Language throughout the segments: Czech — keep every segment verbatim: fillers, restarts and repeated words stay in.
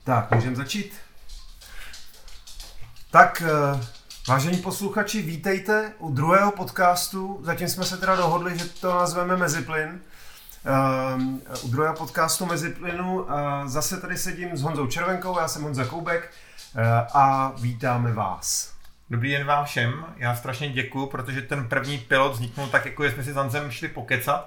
Tak, můžeme začít. Tak, vážení posluchači, vítejte u druhého podcastu. Zatím jsme se teda dohodli, že to nazveme Meziplyn. U druhého podcastu Meziplynu zase tady sedím s Honzou Červenkou, já jsem Honza Koubek a vítáme vás. Dobrý den vám všem, já strašně děkuju, protože ten první pilot vzniknul tak, jako jsme si s Honzem šli pokecat.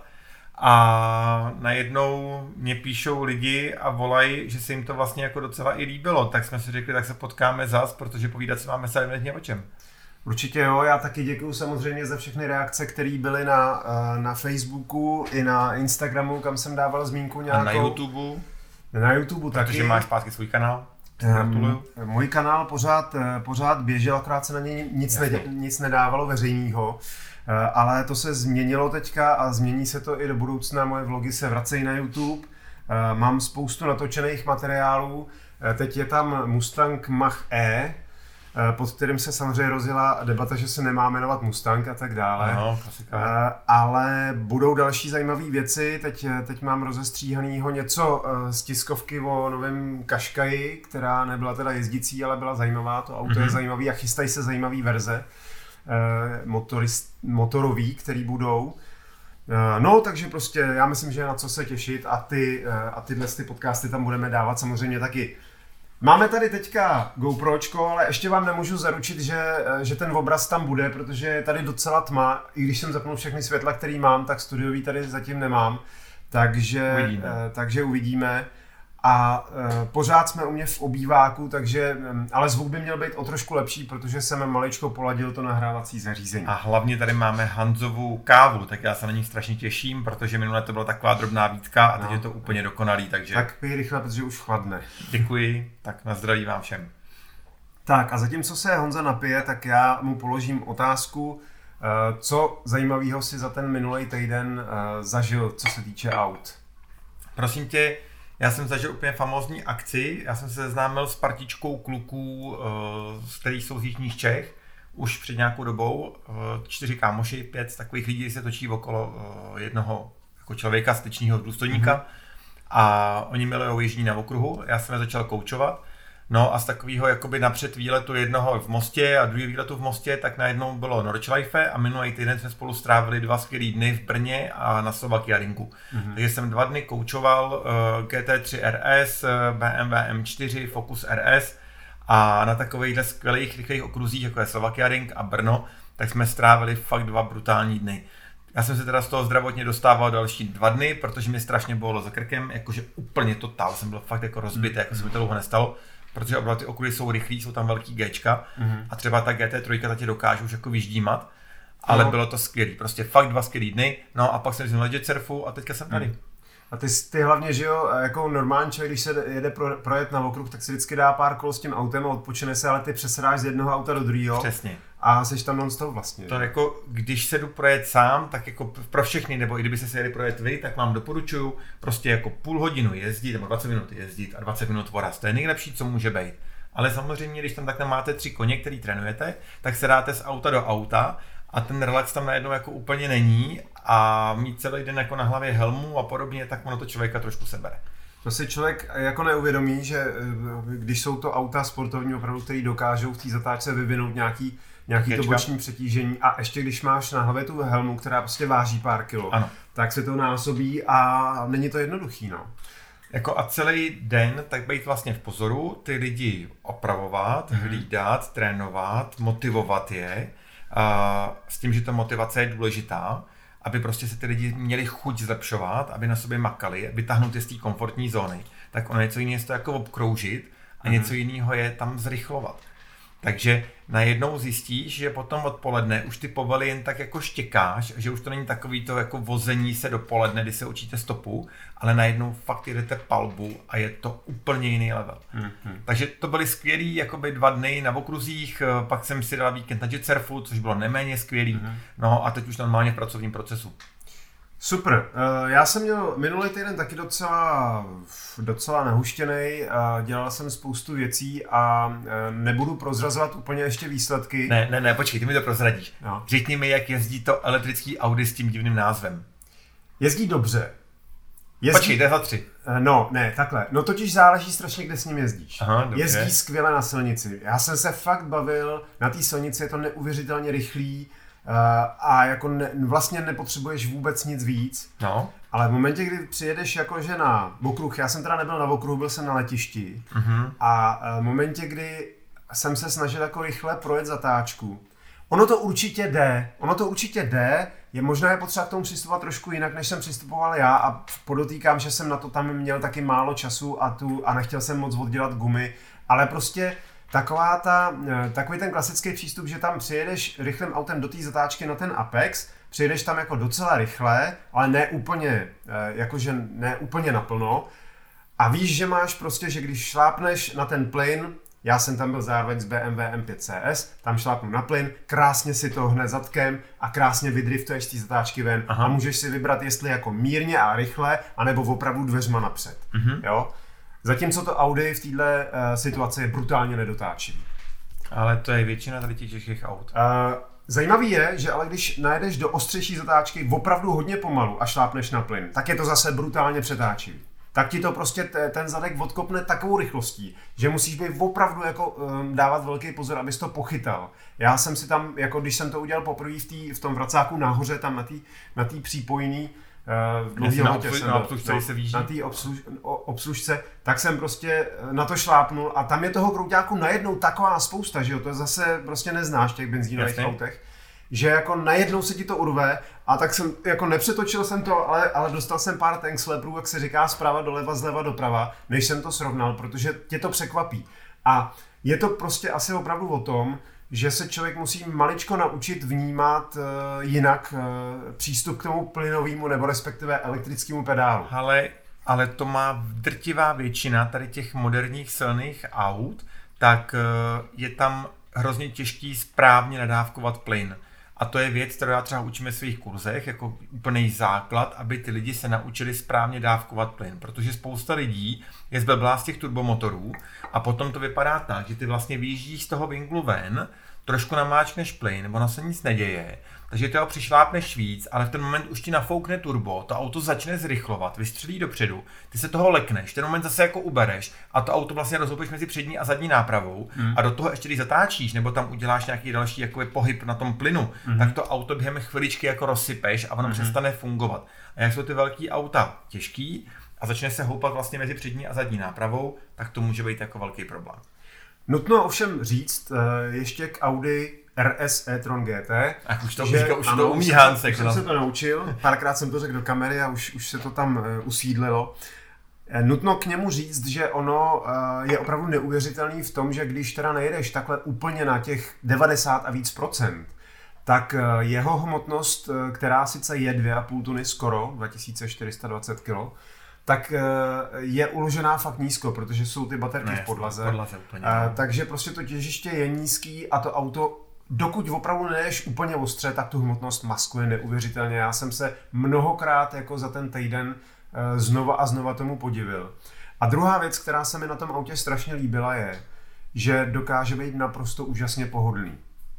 A najednou mě píšou lidi a volají, že se jim to vlastně jako docela i líbilo, tak jsme si řekli, tak se potkáme zas, protože povídat se máme samozřejmě o čem. Určitě jo, já taky děkuju samozřejmě za všechny reakce, které byly na, na Facebooku i na Instagramu, kam jsem dával zmínku nějakou. A na YouTube. Na YouTube taky. Protože máš zpátky svůj kanál. Gratuluju. Um, můj kanál pořád, pořád běžel, akorát se na něj nic, ne, nic nedávalo veřejného. Ale to se změnilo teďka a změní se to i do budoucna. Moje vlogy se vracejí na YouTube. Mám spoustu natočených materiálů. Teď je tam Mustang Mach-E, pod kterým se samozřejmě rozjela debata, že se nemá jmenovat Mustang a tak dále. Ano, klasika. Ale budou další zajímavé věci. Teď, teď mám rozestříhanýho něco z tiskovky o novém Qashqai, která nebyla teda jezdící, ale byla zajímavá. To auto mm-hmm. je zajímavý a chystají se zajímavé verze. Motorist, motorový, který budou. No, takže prostě já myslím, že je na co se těšit a, ty, a tyhle ty podcasty tam budeme dávat samozřejmě taky. Máme tady teďka GoPročko, ale ještě vám nemůžu zaručit, že, že ten obraz tam bude, protože je tady docela tma. I když jsem zapnul všechny světla, který mám, tak studiový tady zatím nemám. Takže uvidíme. Takže uvidíme. A e, pořád jsme u mě v obýváku, takže, ale zvuk by měl být o trošku lepší, protože jsem maličko poladil to nahrávací zařízení. A hlavně tady máme Hanzovu kávu, tak já se na ní strašně těším, protože minule to byla taková drobná výtka a teď no. je to úplně dokonalý, takže... Tak pij rychle, protože už chladne. Děkuji, tak na zdraví vám všem. Tak a zatímco se Honza napije, tak já mu položím otázku, co zajímavého si za ten minulý týden zažil, co se týče aut. Prosím tě, já jsem zažil úplně famózní akci, já jsem se seznámil s partičkou kluků, z kterých jsou z jižních Čech, už před nějakou dobou, čtyři kámoši, pět takových lidí se točí okolo jednoho jako člověka, styčního důstojníka mm-hmm. a oni milujou jižní na okruhu, já jsem je začal koučovat. No a z takového jakoby napřed výletu jednoho v Mostě a druhý výletu v Mostě, tak najednou bylo Nordschleife a minulý týden jsme spolu strávili dva skvělý dny v Brně a na Slovakia Ringu. Mm-hmm. Takže jsem dva dny koučoval uh, G T tři R S, B M W M čtyři, Focus R S a na takovýchhle skvělých rychlých okruzích, jako je Slovakia Ring a Brno, tak jsme strávili fakt dva brutální dny. Já jsem se teda z toho zdravotně dostával další dva dny, protože mě strašně bolelo za krkem, jakože úplně totál, jsem byl fakt jako rozbitý, mm-hmm. jako se mi to dlouho nestalo. Protože opravdu ty okruhy jsou rychlý, jsou tam velký Gčka mm-hmm. a třeba ta G T tři ta tě dokáže už jako vyždímat, ale no. bylo to skvělý, prostě fakt dva skvělý dny, no a pak jsem jezdil na jet surfu a teďka jsem tady. Mm. A ty, ty hlavně, že jo, jako normální člověk, když se jede pro, projet na okruh, tak si vždycky dá pár kol s tím autem a odpočine se, ale ty přesedáš z jednoho auta do druhého. Přesně. A seš tam non-stop vlastně. To jako, když se jdu projet sám, tak jako pro všechny, nebo i kdyby se jeli projet vy, tak vám doporučuju prostě jako půl hodinu jezdit, nebo dvacet minut jezdit a dvacet minut voraz. To je nejlepší, co může být. Ale samozřejmě, když tam takhle máte tři koně, který trénujete, tak se dáte z auta do auta a ten relax tam najednou jako úplně není a mít celý den jako na hlavě helmu a podobně, tak ono to člověka trošku sebere. To si člověk jako neuvědomí, že když jsou to auta sportovní opravdu, který dokážou v té zatáčce vyvinout nějaký, nějaký to boční přetížení a ještě když máš na hlavě tu helmu, která prostě váží pár kilo, ano. tak se to násobí a není to jednoduchý, no. Jako a celý den tak být vlastně v pozoru, ty lidi opravovat, mm-hmm. hlídat, trénovat, motivovat je, a s tím, že ta motivace je důležitá, aby prostě se ty lidi měli chuť zlepšovat, aby na sobě makali, aby tahnout je z té komfortní zóny. Tak ono něco jiného je to jako obkroužit a mm-hmm. něco jiného je tam zrychlovat. Takže najednou zjistíš, že potom odpoledne už ty povely jen tak jako štěkáš, že už to není takový to jako vození se dopoledne, kdy se učíte stopu, ale najednou fakt jedete palbu a je to úplně jiný level. Mm-hmm. Takže to byly skvělý jakoby dva dny na okruzích, pak jsem si dal víkend na jet surfu, což bylo neméně skvělý, mm-hmm. no a teď už normálně v pracovním procesu. Super. Já jsem měl minulý týden taky docela, docela nahuštěnej, dělal jsem spoustu věcí a nebudu prozrazovat úplně ještě výsledky. Ne, ne, ne, počkej, ty mi to prozradíš. No. Řekni mi, jak jezdí to elektrický Audi s tím divným názvem. Jezdí dobře. Jezdí... Počkej, jde za tři. No, ne, takhle. No totiž záleží strašně, kde s ním jezdíš. Aha, jezdí skvěle na silnici. Já jsem se fakt bavil, na té silnici je to neuvěřitelně rychlý uh, a jako ne, vlastně nepotřebuješ vůbec nic víc. No. Ale v momentě, kdy přijedeš jakože na okruh, já jsem teda nebyl na okruhu, byl jsem na letišti Uh-huh. a uh, v momentě, kdy jsem se snažil jako rychle projet zatáčku, ono to určitě jde, ono to určitě jde, je možná je potřeba k tomu přistupovat trošku jinak, než jsem přistupoval já a podotýkám, že jsem na to tam měl taky málo času a, tu, a nechtěl jsem moc oddělat gumy, ale prostě taková ta, takový ten klasický přístup, že tam přijedeš rychlým autem do té zatáčky na ten Apex, přijedeš tam jako docela rychle, ale ne úplně, jakože ne úplně naplno a víš, že máš prostě, že když šlápneš na ten plyn, já jsem tam byl zároveň s B M W M pět C S, tam šlápnu na plyn, krásně si to hne zadkem a krásně vydriftuješ z té zatáčky ven. Aha. A můžeš si vybrat, jestli jako mírně a rychle, anebo opravdu dveřma napřed. Mhm. Jo? Zatímco to Audi v této uh, situaci je brutálně nedotáčivý. Ale to je většina tady těch těch aut. Uh, zajímavý je, že ale když najedeš do ostřejší zatáčky opravdu hodně pomalu a šlápneš na plyn, tak je to zase brutálně přetáčivý. Tak ti to prostě t- ten zadek odkopne takovou rychlostí, že musíš být opravdu jako um, dávat velký pozor, abys to pochytal. Já jsem si tam, jako když jsem to udělal poprvé v, tý, v tom vracáku nahoře, tam na té na tý přípojný, uh, v Nový Lhotě jsem byl, no, na té obsluž, obslužce, tak jsem prostě na to šlápnul a tam je toho krouťáku najednou taková spousta, že jo, to zase prostě neznáš v těch benzínových autech. Že jako najednou se ti to urve a tak jsem, jako nepřetočil jsem to, ale, ale dostal jsem pár tank slaperů, jak se říká, zprava doleva, zleva doprava, než jsem to srovnal, protože tě to překvapí. A je to prostě asi opravdu o tom, že se člověk musí maličko naučit vnímat uh, jinak uh, přístup k tomu plynovému nebo respektive elektrickému pedálu. Ale, ale to má drtivá většina tady těch moderních silných aut, tak uh, je tam hrozně těžký správně nadávkovat plyn. A to je věc, kterou já třeba učím ve svých kurzech, jako úplný základ, aby ty lidi se naučili správně dávkovat plyn. Protože spousta lidí je zblblá z těch turbomotorů a potom to vypadá tak, že ty vlastně vyjíždíš z toho vinglu ven, trošku namáčkneš plyn, ono se nic neděje, takže ty ho přišlápneš víc, ale v ten moment už ti nafoukne turbo, to auto začne zrychlovat, vystřelí dopředu, ty se toho lekneš, ten moment zase jako ubereš a to auto vlastně rozhoupeš mezi přední a zadní nápravou hmm. a do toho ještě když zatáčíš, nebo tam uděláš nějaký další jakoby pohyb na tom plynu, hmm. tak to auto během chviličky jako rozsypeš a ono hmm. přestane fungovat. A jak jsou ty velký auta těžký a začne se houpat vlastně mezi přední a zadní nápravou, tak to může být jako velký problém. Nutno ovšem říct ještě k Audi R S e-tron G T. Ach, už to, že, už ano, to umí Hansek. Už jsem se to naučil, párkrát jsem to řekl do kamery a už, už se to tam uh, usídlilo. Nutno k němu říct, že ono uh, je opravdu neuvěřitelný v tom, že když teda nejedeš takhle úplně na těch devadesát a víc procent, tak uh, jeho hmotnost, uh, která sice je dvě a půl tuny skoro, dva tisíce čtyři sta dvacet kilo, tak je uložená fakt nízko, protože jsou ty baterky ne, v podlaze. podlaze úplně, a, takže prostě to těžiště je nízký a to auto, dokud opravdu nejdeš úplně ostře, tak tu hmotnost maskuje neuvěřitelně. Já jsem se mnohokrát jako za ten týden znova a znova tomu podivil. A druhá věc, která se mi na tom autě strašně líbila, je, že dokáže být naprosto úžasně pohodlný.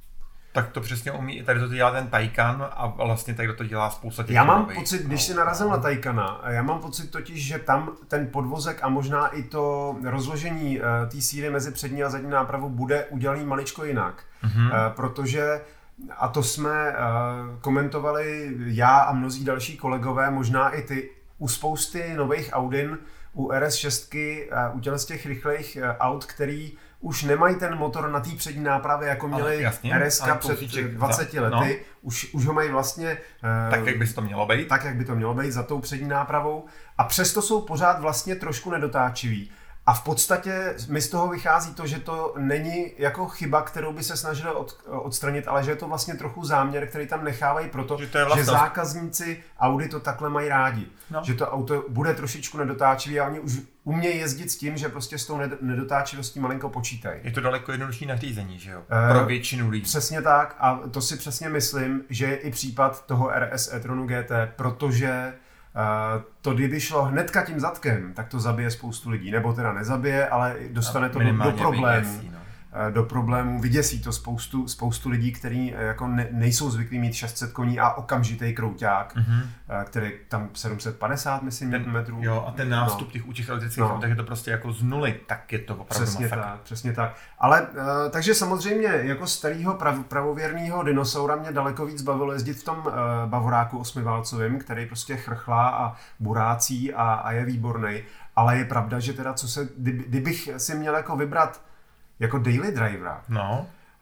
Tak to přesně umí, tady to dělá ten Taycan a vlastně tady to dělá spousta těch. Já mám nových. pocit, když si narazil na Taycana, já mám pocit totiž, že tam ten podvozek a možná i to rozložení uh, té síly mezi přední a zadní nápravou bude udělaný maličko jinak. Mm-hmm. Uh, protože, a to jsme uh, komentovali já a mnozí další kolegové, možná i ty, u spousty nových Audin, u R S šest, uh, u těle z těch rychlejch uh, aut, který už nemají ten motor na té přední nápravě, jako měli R S před dvaceti lety. No. Už, už ho mají vlastně tak, jak by to mělo být. Tak, jak by to mělo být za tou přední nápravou. A přesto jsou pořád vlastně trošku nedotáčivý. A v podstatě mi z toho vychází to, že to není jako chyba, kterou by se snažili od, odstranit, ale že je to vlastně trochu záměr, který tam nechávají proto, že, že zákazníci Audi to takhle mají rádi. No. Že to auto bude trošičku nedotáčivý a oni už umějí jezdit s tím, že prostě s tou nedotáčivostí malinko počítají. Je to daleko jednodušší nařízení, že jo? Pro většinu lidí. Přesně tak a to si přesně myslím, že je i případ toho R S e-tronu G T, protože Uh, to kdyby šlo hnedka tím zadkem, tak to zabije spoustu lidí. Nebo teda nezabije, ale dostane to do, do problémů. No. do problémů, vyděsí to spoustu, spoustu lidí, kteří jako ne, nejsou zvyklí mít šest set koní a okamžitý krouťák, mm-hmm. který tam sedm set padesát, myslím, ten, metrů. Jo, a ten nástup no. těch u těch elektrických no. tak je to prostě jako z nuly, tak je to opravdu přesně masakr. tak, přesně tak. Ale uh, takže samozřejmě jako starého prav, pravověrného dinosaura mě daleko víc bavilo jezdit v tom uh, bavoráku osmiválcovým, který prostě chrchlá a burácí a, a je výborný. Ale je pravda, že teda co se, kdyby, kdybych si měl jako vybrat jako daily drivera, no.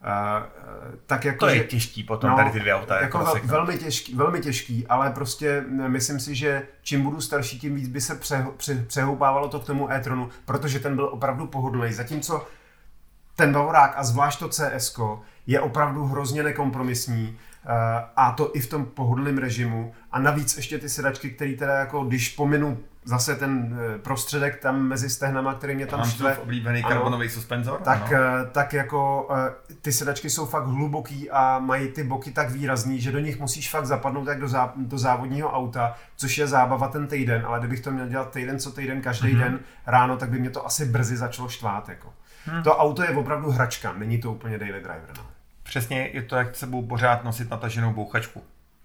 Uh, tak jako, to je že, těžký potom no, tady ty dvě auta. Jako jako vel, velmi, těžký, velmi těžký, ale prostě myslím si, že čím budu starší, tím víc by se pře, pře, přehoupávalo to k tomu e-tronu, protože ten byl opravdu pohodlný. Zatímco ten bavorák a zvlášť to C S ko je opravdu hrozně nekompromisní uh, a to i v tom pohodlném režimu a navíc ještě ty sedačky, které teda jako když pominu zase ten prostředek tam mezi stehnama, který mě tam mám štve. Mám oblíbený karbonový suspenzor. Tak, tak jako ty sedačky jsou fakt hluboký a mají ty boky tak výrazný, že do nich musíš fakt zapadnout jak do, zá, do závodního auta, což je zábava ten týden, ale kdybych to měl dělat týden co týden, každý mm-hmm. den ráno, tak by mě to asi brzy začalo štvát. Jako. Hmm. To auto je opravdu hračka, není to úplně daily driver. No. Přesně je to, jak sebou pořád nosit nataženou bouchačku.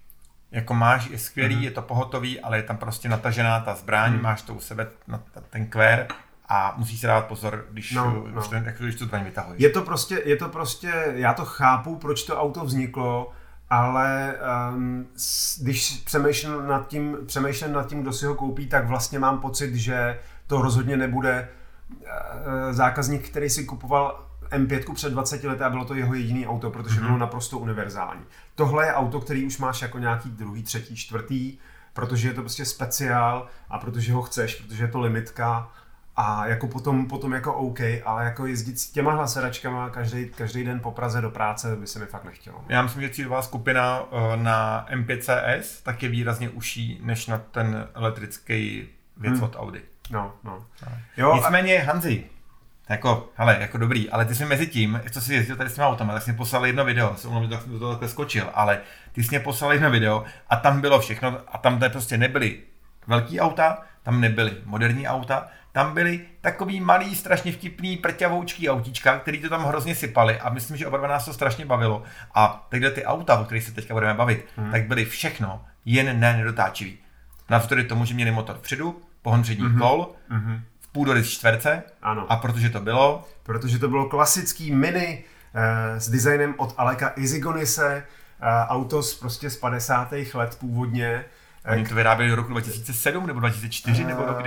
Jako máš, je skvělý, mm-hmm. je to pohotový, ale je tam prostě natažená ta zbraň, mm. máš to u sebe ten kvér a musíš si dát pozor, když, no, no. Ten, když tu zbraň vytahuješ. Je to prostě, je to prostě, já to chápu, proč to auto vzniklo, ale um, když přemýšlím nad tím, přemýšlím nad tím, kdo si ho koupí, tak vlastně mám pocit, že to rozhodně nebude uh, zákazník, který si kupoval M pět před dvaceti lety a bylo to jeho jediný auto, protože mm-hmm. bylo naprosto univerzální. Tohle je auto, který už máš jako nějaký druhý, třetí, čtvrtý, protože je to prostě speciál a protože ho chceš, protože je to limitka a jako potom, potom jako OK, ale jako jezdit s těma hlasedačkama každý, každý den po Praze do práce by se mi fakt nechtělo. Já myslím, že cílová skupina na M pět C S tak je výrazně užší než na ten elektrický věc hmm. od Audi. No, no. Jo, nicméně a... Hanzi, jako, hele, jako dobrý, ale ty jsi mezi tím, co jsi jezdil tady s těma autama, tak jsi mě poslal jedno video, se umluvím, tak jsem do toho takhle skočil, ale ty jsi mě poslal jedno video a tam bylo všechno a tam prostě nebyly velký auta, tam nebyly moderní auta, tam byly takový malý, strašně vtipný, prťavoučký autíčka, který to tam hrozně sypali a myslím, že oba dva nás to strašně bavilo. A tyhle ty auta, o kterých se teďka budeme bavit, hmm. tak byly všechno jen ne nedotáčivý. Navzdory tomu, že měli motor vpředu, pohon předních hmm. kol, hmm. půdorys čtverce. Ano. A protože to bylo? Protože to bylo klasický mini eh, s designem od Aleka Izigonise, eh, auto z, prostě z padesátých let původně. Oni to vyráběli do roku dva tisíce sedm nebo dva tisíce čtyři eh, nebo do kdy?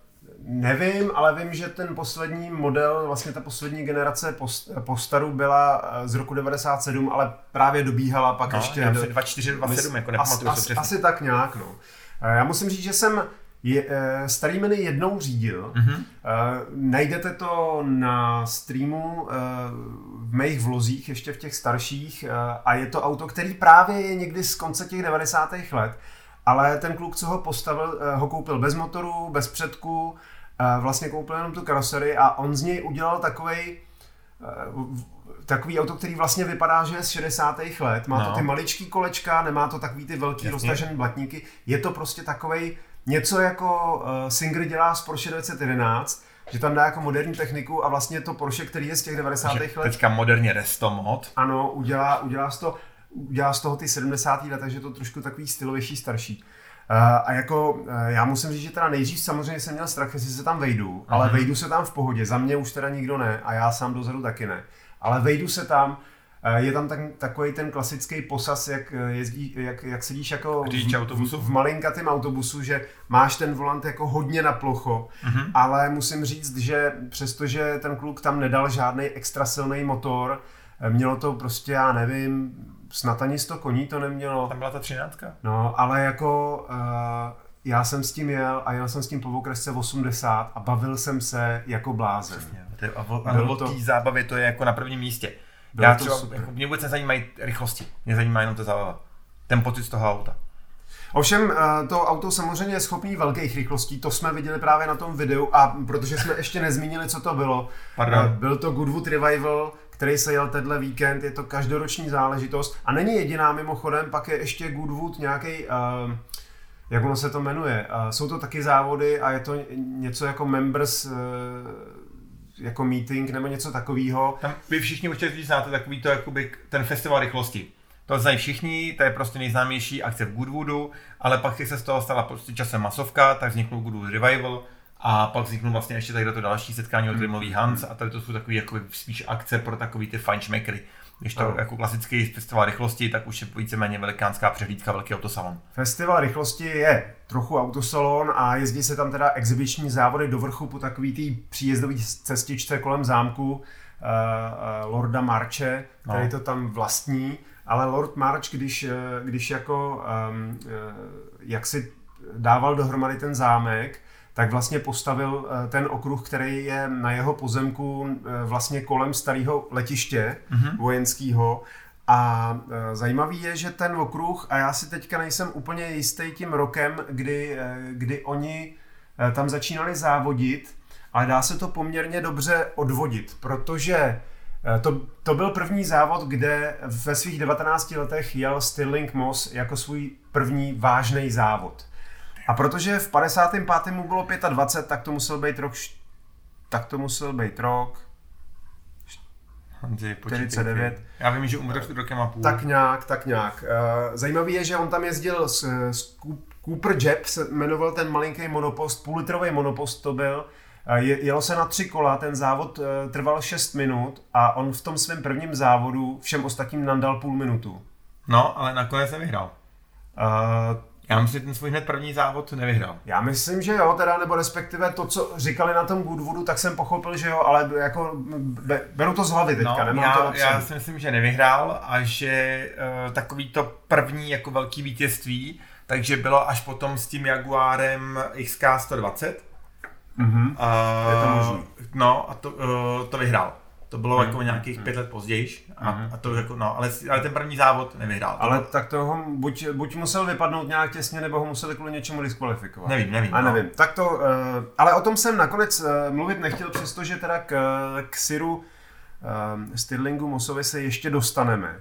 Nevím, ale vím, že ten poslední model, vlastně ta poslední generace post, postaru byla z roku devadesát sedm, ale právě dobíhala pak no, ještě... Já dva čtyři, dva sedm, jako nepamatuju se přesně. Asi tak nějak, no. Já musím říct, že jsem Je, starý mini jednou řídil. Mm-hmm. Uh, najdete to na streamu uh, v mých vlozích, ještě v těch starších. Uh, a je to auto, který právě je někdy z konce těch devadesátých let. Ale ten kluk, co ho postavil, uh, ho koupil bez motoru, bez předku. Uh, vlastně koupil jenom tu karoserii a on z něj udělal takovej uh, takový auto, který vlastně vypadá, že je z šedesátých let. Má no. to ty maličký kolečka, nemá to takový ty velký roztažený blatníky. Je to prostě takovej něco jako uh, Singer dělá z Porsche devět jedenáct, že tam dá jako moderní techniku a vlastně to Porsche, který je z těch devadesátých let. Teďka moderně resto mod. Ano, udělá, udělá, z toho, udělá z toho ty sedmdesátá let, takže to trošku takový stylovější, starší. Uh, a jako uh, já musím říct, že teda nejdřív samozřejmě jsem měl strach, jestli se tam vejdu, ale uh-huh. vejdu se tam v pohodě, za mě už teda nikdo ne a já sám dozadu taky ne. Ale vejdu se tam, je tam tak, takový ten klasický posaz, jak, jezdí, jak, jak sedíš jako v, v, v malinkatém autobusu, že máš ten volant jako hodně na plocho, mm-hmm. ale musím říct, že přestože ten kluk tam nedal žádný extra silný motor, mělo to prostě, já nevím, snad ani sto koní to nemělo. Tam byla ta třináctka. No, ale jako uh, já jsem s tím jel a jel jsem s tím po okresce osmdesát a bavil jsem se jako blázen. Přesně, a o té zábavě to je jako na prvním místě. Bylo Já třeba, jako, mě vůbec nezajímají rychlosti, mě zajímá jenom ta zábava, ten pocit z toho auta. Ovšem, to auto samozřejmě je schopný velkých rychlostí, to jsme viděli právě na tom videu a protože jsme ještě nezmínili, co to bylo. Pardon. Byl to Goodwood Revival, který se jel tenhle víkend, je to každoroční záležitost a není jediná mimochodem, pak je ještě Goodwood nějaký, uh, jak ono se to jmenuje, uh, jsou to taky závody a je to něco jako members, uh, jako meeting nebo něco takového. Tam vy všichni určitě znáte takový to, jakoby ten festival rychlosti. To znají všichni, to je prostě nejznámější akce v Goodwoodu, ale pak se z toho stala prostě časem masovka, tak vzniknul Goodwood Revival a pak vzniknul vlastně ještě tady to další setkání od Rimmlový Hans a tady to jsou takový jako spíš akce pro takový ty fajnšmekry. Když to jako klasický festival rychlosti, tak už je víceméně velikánská přehlídka, velký autosalon. Festival rychlosti je trochu autosalon a jezdí se tam teda exibiční závody do vrchu po takový tý příjezdový cestičce kolem zámku uh, uh, Lorda Marche, který no. to tam vlastní, ale Lord March, když, když jako um, uh, jak si dával dohromady ten zámek, tak vlastně postavil ten okruh, který je na jeho pozemku vlastně kolem starého letiště mm-hmm. vojenského. A zajímavý je, že ten okruh, a já si teďka nejsem úplně jistý tím rokem, kdy, kdy oni tam začínali závodit, ale dá se to poměrně dobře odvodit, protože to, to byl první závod, kde ve svých devatenácti letech jel Stirling Moss jako svůj první vážný závod. A protože v padesátém pátém mu bylo dvacet pět, tak to musel být rok, tak to musel být rok čtyřicet devět. Já vím, že umřel před rokem a půl. Tak nějak, tak nějak. Zajímavý je, že on tam jezdil s, s Cooper Jeb, se jmenoval ten malinký monopost, půllitrový monopost to byl. Je, jelo se na tři kola, ten závod trval šest minut a on v tom svém prvním závodu všem ostatním nandal půl minutu. No, ale nakonec nevyhrál. Uh, Já myslím, že ten svůj hned první závod nevyhrál. Já myslím, že jo, teda, nebo respektive to, co říkali na tom Goodwoodu, tak jsem pochopil, že jo, ale jako be, beru to z hlavy teďka, no, nemám já, to napsané. Já si myslím, že nevyhrál a že uh, takový to první jako velký vítězství, takže bylo až potom s tím Jaguarem X K sto dvacet. Mhm, uh, je to možný. No a to, uh, to vyhrál. To bylo mm, jako nějakých mm, pět let později, a, mm. a to jako, no, ale, ale ten první závod nevyhrál. Ale to tak toho buď, buď musel vypadnout nějak těsně, nebo ho museli kvůli něčemu diskvalifikovat. Nevím, nevím. A no. nevím. Tak to, uh, ale o tom jsem nakonec uh, mluvit nechtěl, přestože teda k, k Siru uh, Stirlingu Mossovi se ještě dostaneme.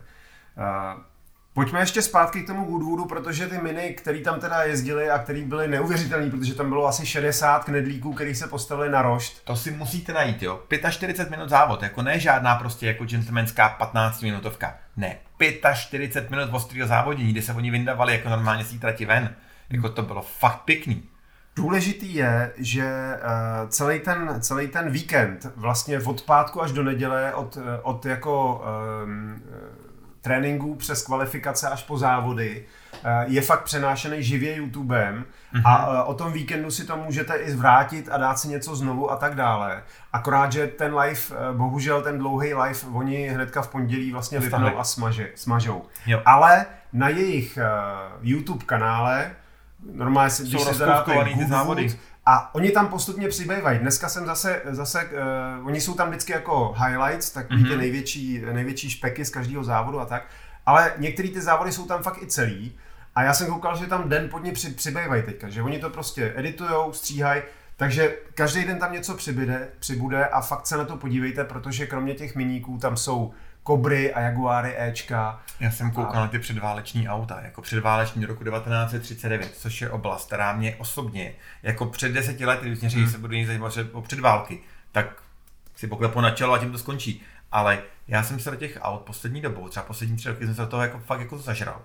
Uh, Pojďme ještě zpátky k tomu Goodwoodu, protože ty miny, který tam teda jezdili a který byly neuvěřitelný, protože tam bylo asi šedesát knedlíků, který se postavili na rošt. To si musíte najít, jo. čtyřicet pět minut závod, jako ne žádná prostě jako gentlemanská patnáctiminutovka. Ne, čtyřicet pět minut ostrýho závodění, kde se oni vyndavali jako normálně si trati ven. Jako to bylo fakt pěkný. Důležitý je, že uh, celý ten, celý ten víkend, vlastně od pátku až do neděle, od, od jako um, tréninků přes kvalifikace až po závody, je fakt přenášený živě YouTubem mm-hmm. a o tom víkendu si to můžete i zvrátit a dát si něco znovu a tak dále. Akorát, že ten live, bohužel ten dlouhý live, oni hnedka v pondělí vlastně vypnou a smaže, smažou. Jo. Ale na jejich YouTube kanále, normálně, když si zadáte Goodwood, a oni tam postupně přibývají. Dneska jsem zase, zase uh, oni jsou tam vždycky jako highlights, takový mm-hmm. ty největší, největší špeky z každého závodu a tak, ale některé ty závody jsou tam fakt i celý a já jsem koukal, že tam den pod ní při, přibývají teďka, že oni to prostě editujou, stříhají, takže každý den tam něco přibude, přibude a fakt se na to podívejte, protože kromě těch miníků tam jsou Cobry a Jaguary Ečka. Já jsem koukal a... na ty předváleční auta, jako předváleční roku devatenáct set třicet devět, což je oblast, která mě osobně, jako před deseti lety, když mě hmm. se budu zajímat o předválky, tak si poklepu na čelo a tím to skončí. Ale já jsem se do těch aut poslední dobou, třeba poslední tři roky jsem se do toho jako, fakt jako zažral.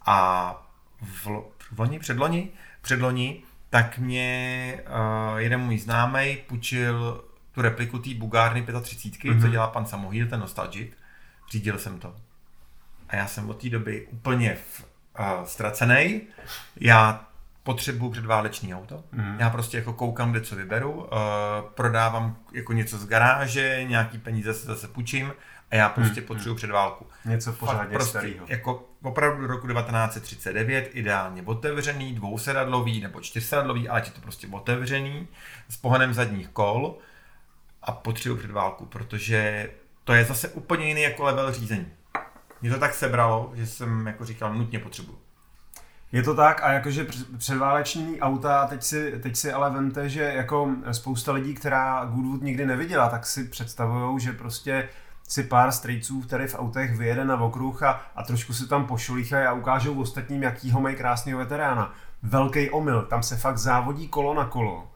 A v, v loni, předloni, předloni, tak mě uh, jeden můj známej půjčil tu repliku té Bugárny třicet pět, mm-hmm. co dělá pan Samohýl, ten Nostalgic. Řídil jsem to. A já jsem od té doby úplně v, uh, ztracený. Já potřebuju předváleční auto. Mm. Já prostě jako koukám, kde co vyberu. Uh, prodávám jako něco z garáže, nějaký peníze se zase půjčím a já prostě mm. potřebuju předválku. Něco pořádně prostě, starého. Jako opravdu roku devatenáct set třicet devět, ideálně otevřený, dvousedadlový nebo čtyřsedadlový, ale je to prostě otevřený, s pohonem zadních kol a potřebuju předválku, protože to je zase úplně jiný jako level řízení. Mě to tak sebralo, že jsem jako říkal, nutně potřebuju. Je to tak a jakože předváleční auta, teď si, teď si ale vemte, že jako spousta lidí, která Goodwood nikdy neviděla, tak si představujou, že prostě si pár strejců, který v autech vyjede na okruh a, a trošku si tam pošolíchají a ukážou ostatním, jakýho mají krásného veterána. Velký omyl, tam se fakt závodí kolo na kolo.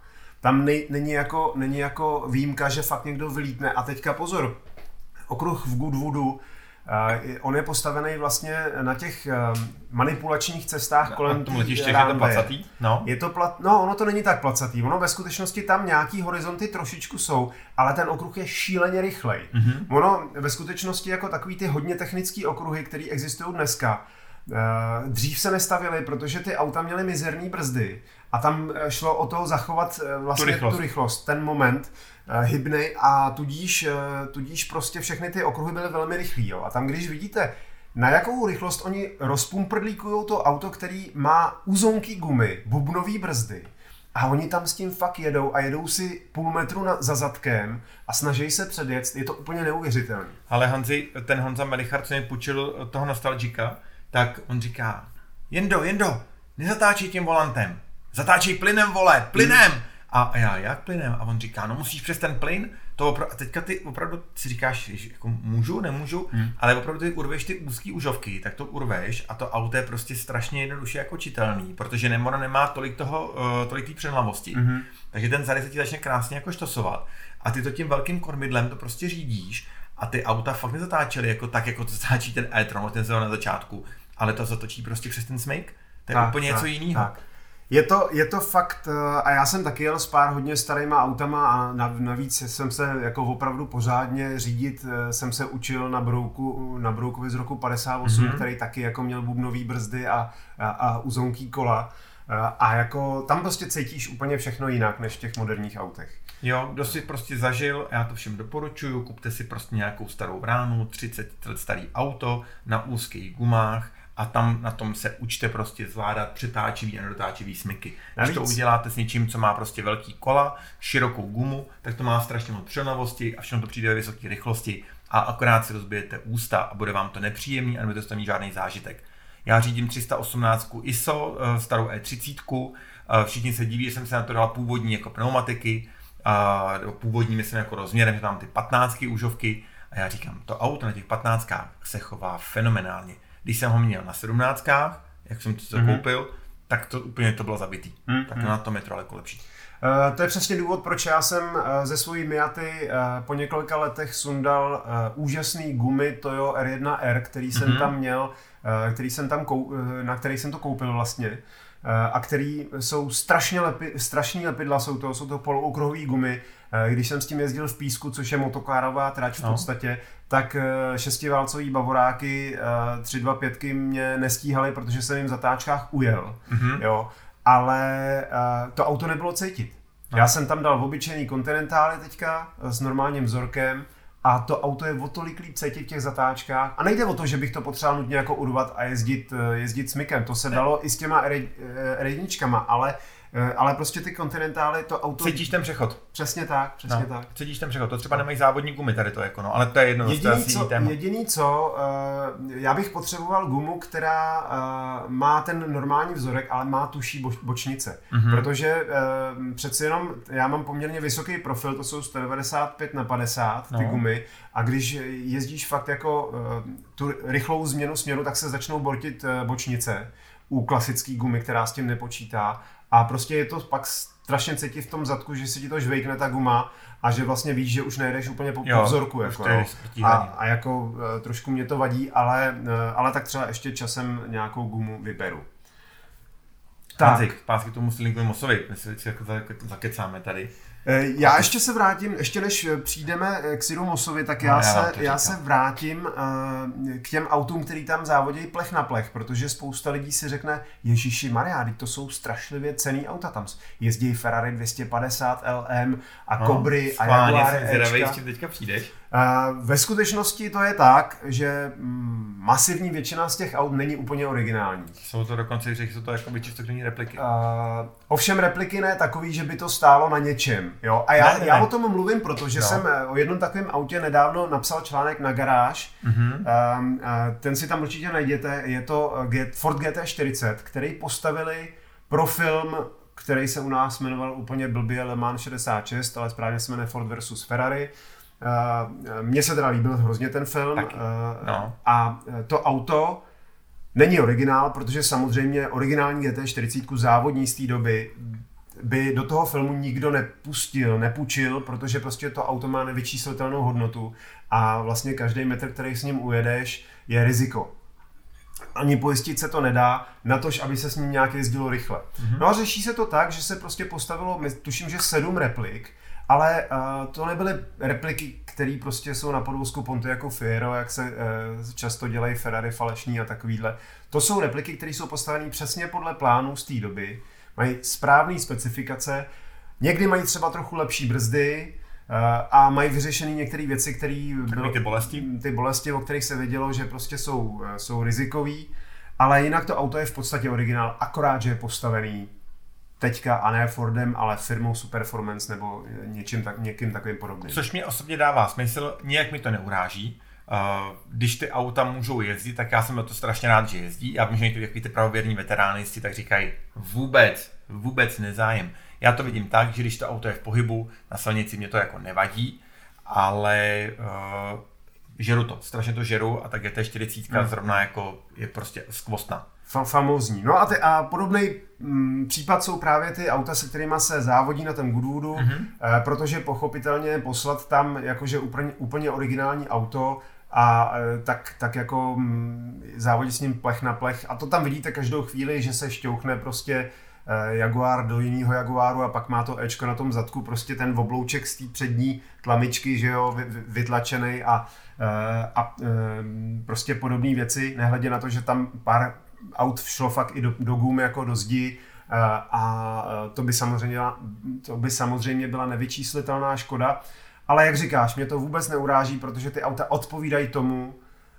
tam nej, není, jako, není jako výjimka, že fakt někdo vylítne. A teďka pozor, okruh v Goodwoodu, Uh, on je postavený vlastně na těch uh, manipulačních cestách no, kolem tom letiště, je to placatý? No. Je to plat, no, ono to není tak placatý. Ono ve skutečnosti tam nějaký horizonty trošičku jsou, ale ten okruh je šíleně rychlej. Mm-hmm. Ono ve skutečnosti jako takový ty hodně technický okruhy, které existují dneska, uh, dřív se nestavěly, protože ty auta měly mizerný brzdy a tam šlo o to zachovat uh, vlastně tu rychlost. tu rychlost, ten moment hybnej a tudíž, tudíž prostě všechny ty okruhy byly velmi rychlý. Jo. A tam, když vidíte, na jakou rychlost oni rozpumprdlíkujou to auto, který má uzonký gumy, bubnový brzdy a oni tam s tím fakt jedou a jedou si půl metru na, za zadkem a snaží se předjet, je to úplně neuvěřitelné. Ale Hanzi, ten Honza Melichar, co mi půjčil toho Nostalgika, tak on říká, Jendo, Jendo, nezatáčej tím volantem, zatáčej plynem, vole, plynem! Hmm. A já, jak plynem? A on říká, no musíš přes ten plyn, to opra- a teďka ty opravdu si říkáš, že jako můžu, nemůžu, hmm. ale opravdu ty urveš ty úzký užovky, tak to urveš a to auto je prostě strašně jednoduše jako čitelný, protože Nemora nemá tolik toho, uh, tolik té přenlavosti, hmm. takže ten zadek se ti začne krásně jako štosovat a ty to tím velkým kormidlem to prostě řídíš a ty auta fakt nezatáčely jako tak, jako to zatáčí ten e-tron, ten se na začátku, ale to zatočí prostě přes ten smyk, to je tak, úplně tak, něco jiného. Je to, je to fakt, a já jsem taky jel s pár hodně starýma autama a navíc jsem se jako opravdu pořádně řídit, jsem se učil na Brouku, na Broukovi z roku padesát osm, mm-hmm. který taky jako měl bubnový brzdy a, a, a uzonký kola a jako tam prostě cítíš úplně všechno jinak než v těch moderních autech. Jo, kdo si prostě zažil, já to všem doporučuju, kupte si prostě nějakou starou bránu, třicet let starý auto na úzkých gumách, a tam na tom se učte prostě zvládat přetáčivý a nedotáčivý smyky. Navíc. Když to uděláte s něčím, co má prostě velký kola, širokou gumu, tak to má strašně moc přilnavosti a všechno to přijde ve vysoké rychlosti a akorát si rozbijete ústa a bude vám to nepříjemný a nebudete to mít žádný zážitek. Já řídím tři sta osmnáct I S O, starou E třicet, všichni se diví, že jsem se na to dal původní jako pneumatiky, původní myslím jako rozměrem, že mám ty patnáctky užovky a já říkám, to auto na těch patnáctkách se chová fenomenálně. Když jsem ho měl na sedmnáctkách, jak jsem to mm-hmm. koupil, tak to úplně to bylo zabitý. Mm-hmm. Tak na tom je to daleko lepší. Uh, to je přesně důvod, proč já jsem uh, ze svojí Miaty uh, po několika letech sundal uh, úžasný gumy Toyo R jedna R, který jsem mm-hmm. tam měl, uh, který jsem tam kou- uh, na který jsem to koupil vlastně. Uh, a který jsou strašně lepi, strašný lepidla, jsou to, jsou to polookruhové gumy. Uh, když jsem s tím jezdil v písku, což je motokárová trať v podstatě, no. tak uh, šestiválcový bavoráky uh, tři dva pět mě nestíhaly, protože jsem jim v zatáčkách ujel. Mm-hmm. Jo. Ale uh, to auto nebylo cítit. No. Já jsem tam dal obyčejný Continentály teďka s normálním vzorkem a to auto je o tolik líp cítit v těch zatáčkách. A nejde o to, že bych to potřeboval nutně jako urvat a jezdit, jezdit smykem. To se ne. dalo i s těma R jedna, ale ale prostě ty Continentály, to auto... Cítíš ten přechod. Přesně tak, přesně no, tak. Cítíš ten přechod, to třeba nemají závodní gumy tady to jako, no, ale to je jedno, jediný, co, jediný co, uh, já bych potřeboval gumu, která uh, má ten normální vzorek, ale má tuší bo, bočnice, mm-hmm. protože uh, přeci jenom já mám poměrně vysoký profil, to jsou sto devadesát pět na padesát ty no. gumy a když jezdíš fakt jako uh, tu rychlou změnu směru, tak se začnou bortit uh, bočnice u klasické gumy, která s tím nepočítá. A prostě je to pak strašně cítit v tom zadku, že se ti to žvejkne ta guma a že vlastně víš, že už nejdeš úplně po, jo, po vzorku. Jako, a, a jako uh, trošku mě to vadí, ale, uh, ale tak třeba ještě časem nějakou gumu vyberu. Tak. Pásky tomu Slinkovi Mosovi, my si jako zakecáme tady. Já ještě se vrátím, ještě než přijdeme k Sidu Mosovi, tak já, no, já, se, já se vrátím uh, k těm autům, který tam závodějí plech na plech, protože spousta lidí si řekne, Ježíši Maria, to jsou strašlivě cenný auta, tam jezdí Ferrari dvě stě padesát L M a no, Cobry a Jaguar Ečka. S tím teďka přijdeš? Uh, ve skutečnosti to je tak, že mm, masivní většina z těch aut není úplně originální. Jsou to dokonce, že jsou to jakoby čistokrevní repliky. Uh, ovšem repliky ne takový, že by to stálo na něčem. Jo? A já, ne, ne, já ne. o tom mluvím, protože no. jsem o jednom takovém autě nedávno napsal článek na Garáž. Mm-hmm. Uh, uh, ten si tam určitě najděte. Je to Ford G T čtyřicet, který postavili pro film, který se u nás jmenoval úplně blbě Le Mans šedesát šest, ale správně se jmenuje Ford versus Ferrari. Uh, mně se teda líbil hrozně ten film uh, no. a to auto není originál, protože samozřejmě originální G T čtyřicet závodní z té doby by do toho filmu nikdo nepustil, nepůjčil, protože prostě to auto má nevyčíslitelnou hodnotu a vlastně každý metr, který s ním ujedeš, je riziko. Ani pojistit se to nedá, natož, aby se s ním nějak jezdilo rychle. Mm-hmm. No a řeší se to tak, že se prostě postavilo, tuším, že sedm replik, ale uh, to nebyly repliky, které prostě jsou na podvozku Ponty jako Fiero, jak se uh, často dělají Ferrari falešní a takovýhle. To jsou repliky, které jsou postavené přesně podle plánů z té doby, mají správné specifikace, někdy mají třeba trochu lepší brzdy uh, a mají vyřešené některé věci, které ty bolesti? ty bolesti, o kterých se vědělo, že prostě jsou, uh, jsou rizikový, ale jinak to auto je v podstatě originál, akorát, že je postavený teďka a ne Fordem, ale firmou Superformance nebo něčím tak, někým takovým podobným. Což mě osobně dává smysl, nijak mi to neuráží. Když ty auta můžou jezdit, tak já jsem na to strašně rád, že jezdí. Já vím, že někteří ty pravověrní veteránisti tak říkají vůbec, vůbec nezájem. Já to vidím tak, že když to auto je v pohybu, na silnici mě to jako nevadí, ale uh, žeru to, strašně to žeru a tak G T čtyřicet hmm. zrovna jako je prostě skvostná. Famózní. No a, ty, a podobný m, případ jsou právě ty auta, se kterými se závodí na tom Goodwoodu, mm-hmm. eh, protože pochopitelně poslat tam jakože úplně, úplně originální auto a eh, tak, tak jako m, závodí s ním plech na plech a to tam vidíte každou chvíli, že se šťouchne prostě eh, Jaguar do jiného Jaguaru a pak má to Ečko na tom zadku, prostě ten oblouček z té přední tlamičky, že jo, vy, vy, vytlačený a, eh, a eh, prostě podobné věci, nehledě na to, že tam pár aut šlo fakt i do, do gum jako do zdi a to by, samozřejmě, to by samozřejmě byla nevyčíslitelná škoda. Ale jak říkáš, mě to vůbec neuráží, protože ty auta odpovídají tomu,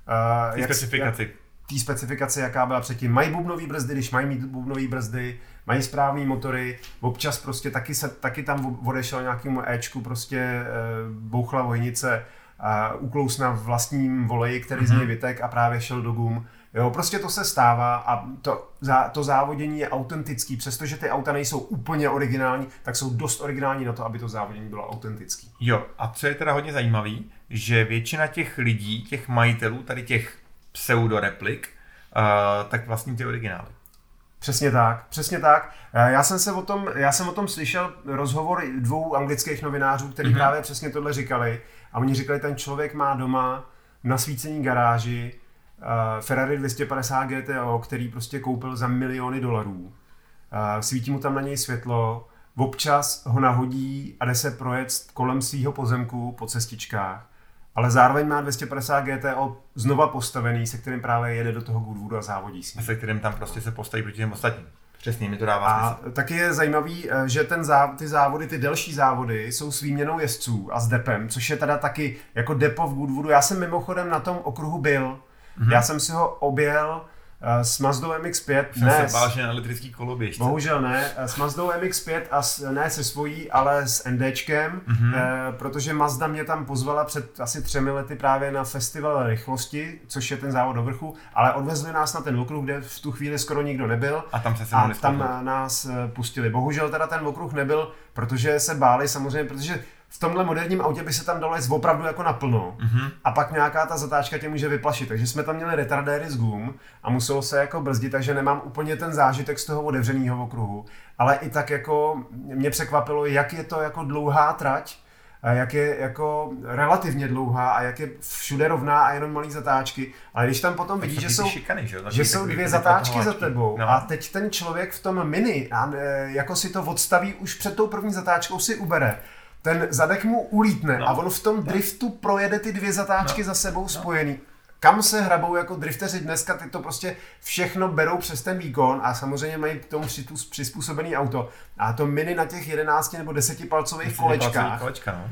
Tý jak, specifikaci. Jak, tý specifikaci, jaká byla předtím. Mají bubnový brzdy, když mají mít bubnový brzdy, mají správný motory, občas prostě taky, se, taky tam odešel nějakému Ečku, prostě bouchla vojnice, uklouz na vlastním voleji, který mm-hmm. z něj vytek a právě šel do gum. Jo, prostě to se stává a to, to závodění je autentický, přestože ty auta nejsou úplně originální, tak jsou dost originální na to, aby to závodění bylo autentický. Jo, a co je teda hodně zajímavý, že většina těch lidí, těch majitelů, tady těch pseudoreplik, uh, tak vlastní ty originály. Přesně tak, přesně tak. Já jsem se o tom, já jsem o tom slyšel rozhovor dvou anglických novinářů, kteří mm-hmm. právě přesně tohle říkali a oni říkali, ten člověk má doma na svícení garáži Uh, Ferrari dvě stě padesát G T O, který prostě koupil za miliony dolarů. Uh, svítí mu tam na něj světlo, občas ho nahodí a jde se projet kolem svýho pozemku po cestičkách, ale zároveň má dvě stě padesát G T O znova postavený, se kterým právě jede do toho Goodwoodu a závodí s ním. A se kterým tam prostě se postaví proti těm ostatním. Přesně, mi to dává a smysl. Taky je zajímavý, že ten záv- ty závody, ty delší závody jsou s výměnou jezdců a s depem, což je teda taky jako depo v Goodwoodu. Já jsem mimochodem na tom okruhu byl. Mm-hmm. Já jsem si ho objel uh, s Mazdou M X pět. Jsem ne, se bál, že na elektrický koloběžce. Bohužel ne, s Mazdou M X pět a s, ne se svojí, ale s NDčkem, mm-hmm. uh, protože Mazda mě tam pozvala před asi třemi lety právě na festival rychlosti, což je ten závod do vrchu, ale odvezli nás na ten okruh, kde v tu chvíli skoro nikdo nebyl. A tam se se a tam nás pustili. Bohužel teda ten okruh nebyl, protože se báli samozřejmě, protože v tomhle moderním autě by se tam dalo jít opravdu jako naplno mm-hmm. a pak nějaká ta zatáčka tě může vyplašit. Takže jsme tam měli retardéry z gum a muselo se jako brzdit, takže nemám úplně ten zážitek z toho otevřeného okruhu. Ale i tak jako mě překvapilo, jak je to jako dlouhá trať, jak je jako relativně dlouhá a jak je všude rovná a jenom malý zatáčky. Ale když tam potom vidíš, že jsou, šikany, že? že jsou dvě zatáčky za tebou no. a teď ten člověk v tom mini a jako si to odstaví už před tou první zatáčkou si ubere. Ten zadek mu ulítne no. a on v tom driftu projede ty dvě zatáčky no. za sebou spojený. No. Kam se hrabou jako drifteři dneska, ty to prostě všechno berou přes ten výkon a samozřejmě mají k tomu přizpůsobený auto. A to mini na těch jedenácti nebo deseti palcových kolečkách, kolečka, no.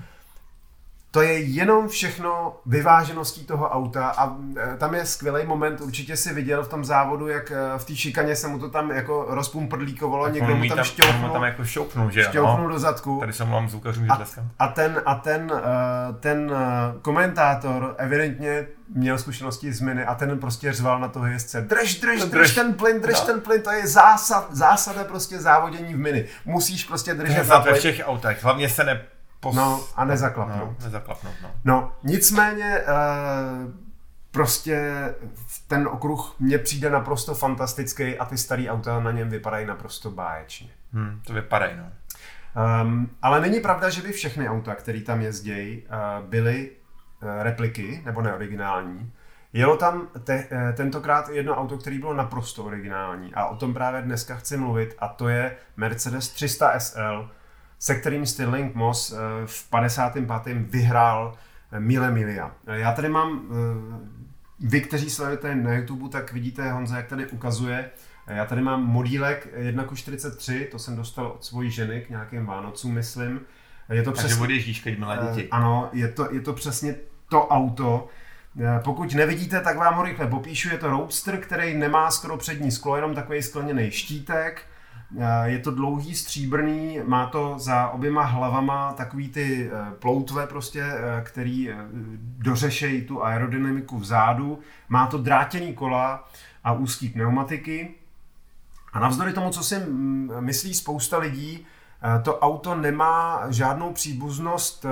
to je jenom všechno vyvážeností toho auta a tam je skvělý moment, určitě si viděl v tom závodu, jak v té šikaně se mu to tam jako rozpumprdlíkovalo, někdo mu tam, tam šťouchnul, tam jako šťouchnul, že šťouchnul do zadku. Tady jsem mám zvukařům, že tleskám. A ten, a ten, ten komentátor evidentně měl zkušenosti z mini a ten prostě řval na toho jezdce. Drž, drž, drž ten plyn, drž no. ten plyn, to je zásad, zásada prostě závodění v mini. Musíš prostě držet na plyn. Ve všech autech, hlavně se ne Pos... No a nezaklapnout. No, nezaklapnout, no. No, nicméně uh, prostě ten okruh mně přijde naprosto fantastický a ty starý auta na něm vypadají naprosto báječně. Hmm, to vypadají, no. Um, ale není pravda, že by všechny auta, které tam jezdí, uh, byly uh, repliky nebo neoriginální. Jelo tam te, uh, tentokrát jedno auto, které bylo naprosto originální a o tom právě dneska chci mluvit a to je Mercedes tři sta S L, se kterým Stirling Moss uh, v padesátém pátém vyhrál uh, Mille Miglia. Uh, já tady mám, uh, vy, kteří sledujete na YouTube, tak vidíte Honza, jak tady ukazuje. Já tady mám modílek jedna ku čtyřicet tři, to jsem dostal od svojí ženy k nějakým Vánocům, myslím. Je to Takže přesně, odježdíš, keď milé děti. Ano, je to, je to přesně to auto. Pokud nevidíte, tak vám ho rychle popíšu. Je to Roadster, který nemá skoro přední sklo, jenom takový skleněný štítek. Je to dlouhý, stříbrný, má to za oběma hlavama takový ty ploutve prostě, který dořešejí tu aerodynamiku vzadu. Má to drátěný kola a úzký pneumatiky. A navzdory tomu, co si myslí spousta lidí, to auto nemá žádnou příbuznost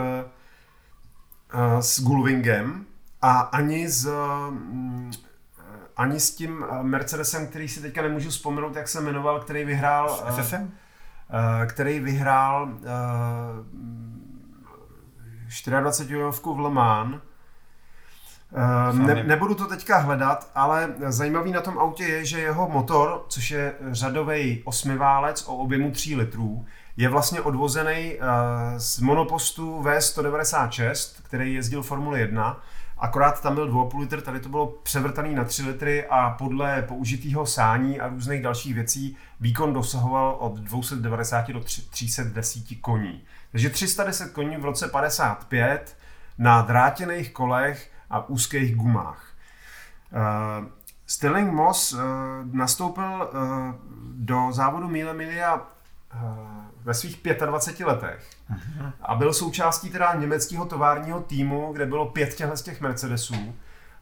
s Gullwingem a ani s, ani s tím Mercedesem, který si teďka nemůžu vzpomenout, jak se jmenoval, který vyhrál... S S M? Který vyhrál dvacetčtyřiovku v Le Mans. Ne, nebudu to teďka hledat, ale zajímavý na tom autě je, že jeho motor, což je řadový osmiválec o objemu tří litrů, je vlastně odvozený z monopostu V sto devadesát šest, který jezdil Formule jedna, akorát tam byl dva a půl litr, tady to bylo převrtaný na tři litry a podle použitého sání a různých dalších věcí výkon dosahoval od dvě stě devadesát do tři sta deset koní. Takže tři sta deset koní v roce padesát pět na drátěných kolech a úzkých gumách. Uh, Stirling Moss uh, nastoupil uh, do závodu Mille Miglia uh, ve svých dvaceti pěti letech uh-huh. a byl součástí teda německého továrního týmu, kde bylo pět těchto z těch Mercedesů. Uh,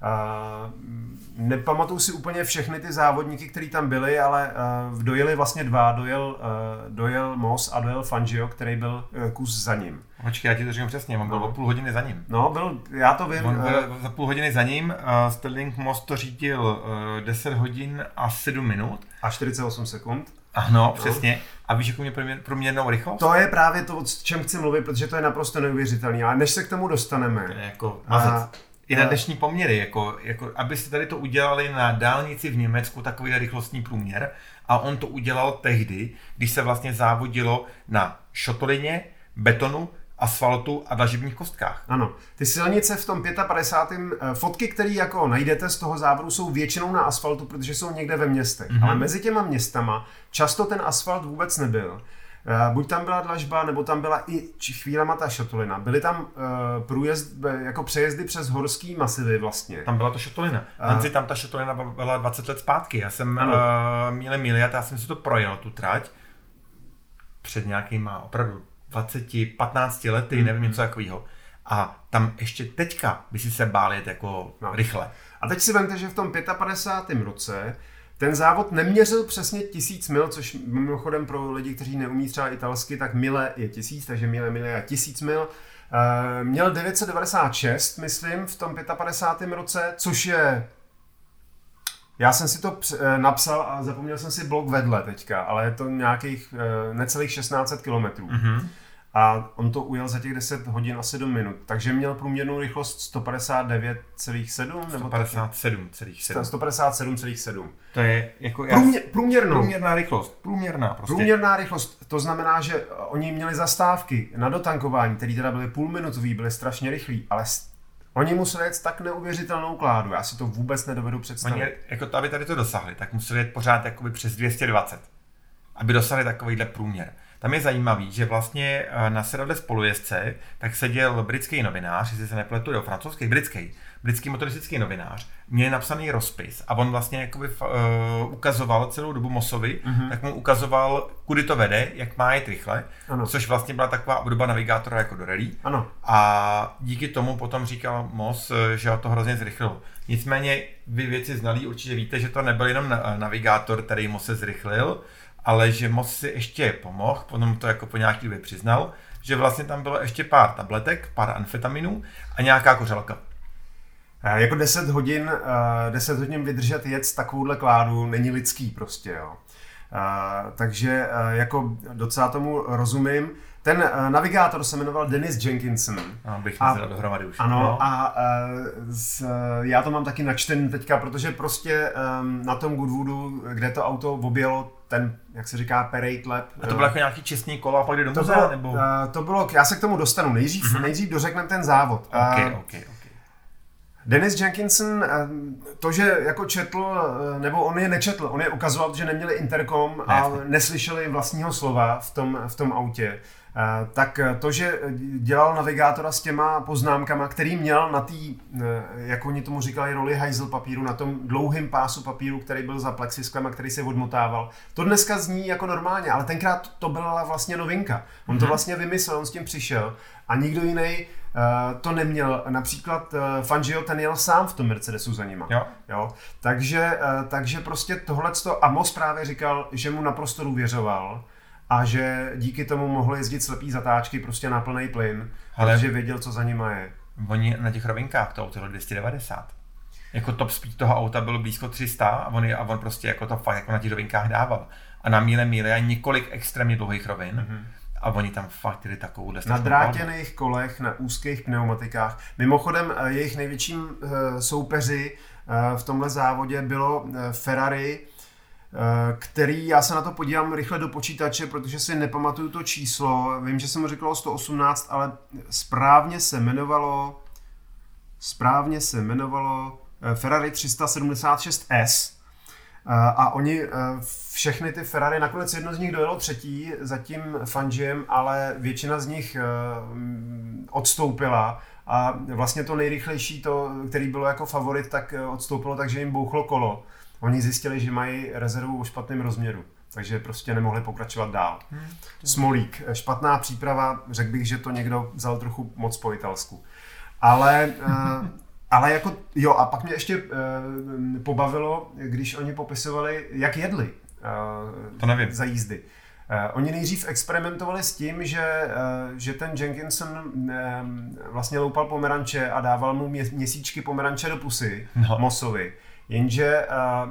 nepamatuju si úplně všechny ty závodníky, kteří tam byli, ale uh, dojeli vlastně dva, dojel, uh, dojel Moss a dojel Fangio, který byl uh, kus za ním. Počkej, já ti to říkám přesně, on byl no. o půl hodiny za ním. No, byl, já to vím. On byl uh, za půl hodiny za ním, uh, Stirling Moss to řídil uh, deset hodin a sedm minut. A čtyřicet osm sekund. Ano, no. Přesně. A víš, jakou mě průměrnou rychlost? To je právě to, o čem chci mluvit, protože to je naprosto neuvěřitelné. Ale než se k tomu dostaneme... To je jako mazec. I na dnešní poměry, jako, jako abyste tady to udělali na dálnici v Německu, takový rychlostní průměr, a on to udělal tehdy, když se vlastně závodilo na šotolině, betonu, asfaltu a dlažebních kostkách. Ano, ty silnice v tom padesátém pátém fotky, které jako najdete z toho závodu, jsou většinou na asfaltu, protože jsou někde ve městech. Mm-hmm. Ale mezi těma městama často ten asfalt vůbec nebyl. Buď tam byla dlažba, nebo tam byla i chvílema ta šotolina. Byly tam uh, průjezd, jako přejezdy přes horský masivy vlastně. Tam byla to šotolina. Hanci, tam ta šotolina byla dvacet let zpátky. Já jsem uh, Mille Miglia, já jsem si to projel, tu trať, před nějakýma opravdu dvaceti, patnácti lety, mm. nevím, něco takového. A tam ještě teďka by si se bál jet jako no. rychle. A teď si vemte, že v tom padesátém pátém roce ten závod neměřil přesně tisíc mil, což mimochodem pro lidi, kteří neumí třeba italsky, tak mile je tisíc, takže Mille Miglia je tisíc mil. E, měl devět set devadesát šest, myslím, v tom padesátém pátém roce, což je... Já jsem si to napsal a zapomněl jsem si blok vedle teďka, ale je to nějakých e, necelých šestnáct set kilometrů. Mm-hmm. A on to ujel za těch deset hodin a sedm minut, takže měl průměrnou rychlost sto padesát devět celá sedm nebo sto padesát sedm celá sedm. sto padesát sedm celá sedm. To je jako Průměr, průměrnou. Průměrná rychlost, průměrná prostě. Průměrná rychlost, to znamená, že oni měli zastávky na dotankování, které teda byly půlminutový, byly strašně rychlí, ale oni museli jet tak neuvěřitelnou kládu, já si to vůbec nedovedu představit. Oni, jako to, aby tady to dosahli, tak museli jet pořád jakoby přes dvě stě dvacet, aby dosahli takovýhle průměr. Tam je zajímavý, že vlastně na sedadle spolujezdce tak seděl britský novinář, jestli se nepletu, jo, francouzský, britský, britský motoristický novinář, měl napsaný rozpis a on vlastně jakoby uh, ukazoval celou dobu Mossovi, mm-hmm. tak mu ukazoval, kudy to vede, jak má jet rychle, ano. Což vlastně byla taková obdoba navigátora jako do rally. Ano. A díky tomu potom říkal Moss, že to hrozně zrychlilo. Nicméně vy věci znalí, určitě víte, že to nebyl jenom navigátor, který Moss se zrychlil, ale že Moss si ještě pomohl, potom to jako po nějaký době přiznal, že vlastně tam bylo ještě pár tabletek, pár amfetaminů a nějaká kořalka. Jako deset hodin, deset hodin vydržet jet s takovouhle kládu není lidský prostě, jo. takže jako docela tomu rozumím. Ten navigátor se jmenoval Dennis Jenkinson. No, bych a, dohromady už. Ano, no. a z, já to mám taky načten teďka, protože prostě um, na tom Goodwoodu, kde to auto objelo, ten, jak se říká, parade lap. A to bylo jako nějaký čestný kolo a pak jde do muzea, muzea, nebo? Uh, to bylo, já se k tomu dostanu, nejdřív, mm-hmm. nejdřív dořekneme ten závod. Okay, uh, okay, okay. Dennis Jenkinson, to, že jako četl, nebo on je nečetl, on je ukazoval, že neměli interkom a Jasně. neslyšeli vlastního slova v tom, v tom autě, tak to, že dělal navigátora s těma poznámkama, který měl na té, jak oni tomu říkali, roli hajzl papíru, na tom dlouhém pásu papíru, který byl za plexisklem a který se odmotával. To dneska zní jako normálně, ale tenkrát to byla vlastně novinka. On mm-hmm. to vlastně vymyslel, on s tím přišel a nikdo jiný Uh, to neměl. Například uh, Fangio ten jel sám v tom Mercedesu za nima. Jo. Jo? Takže, uh, takže prostě tohleto, a Moss právě říkal, že mu naprosto důvěřoval a že díky tomu mohl jezdit slepý zatáčky prostě na plný plyn, ale protože věděl, co za nima je. Oni na těch rovinkách to auto dvě stě devadesát. Jako top speed toho auta bylo blízko tři sta a on, a on prostě jako to fakt jako na těch rovinkách dával. A na míle míle a několik extrémně dlouhých rovin. Mm-hmm. A oni tam fakt jeli takovou na drátěných kolech, na úzkých pneumatikách. Mimochodem, jejich největším soupeři v tomhle závodě bylo Ferrari, který, já se na to podívám rychle do počítače, protože si nepamatuju to číslo, vím, že jsem mu říkal sto osmnáct, ale správně se jmenovalo, správně se jmenovalo Ferrari tři sta sedmdesát šest S. A oni všechny ty Ferrari, nakonec jedno z nich dojelo třetí za tím Fangiem, ale většina z nich odstoupila a vlastně to nejrychlejší, to, který bylo jako favorit, tak odstoupilo, takže jim bouchlo kolo. Oni zjistili, že mají rezervu o špatném rozměru, takže prostě nemohli pokračovat dál. Hmm. Smolík, špatná příprava, řekl bych, že to někdo vzal trochu moc po italsku. Ale... Ale jako, jo, a pak mě ještě uh, pobavilo, když oni popisovali, jak jedli uh, to nevím. za jízdy. Uh, oni nejdřív experimentovali s tím, že, uh, že ten Jenkinson uh, vlastně loupal pomeranče a dával mu mě, měsíčky pomeranče do pusy, no. Mossovi. Jenže uh,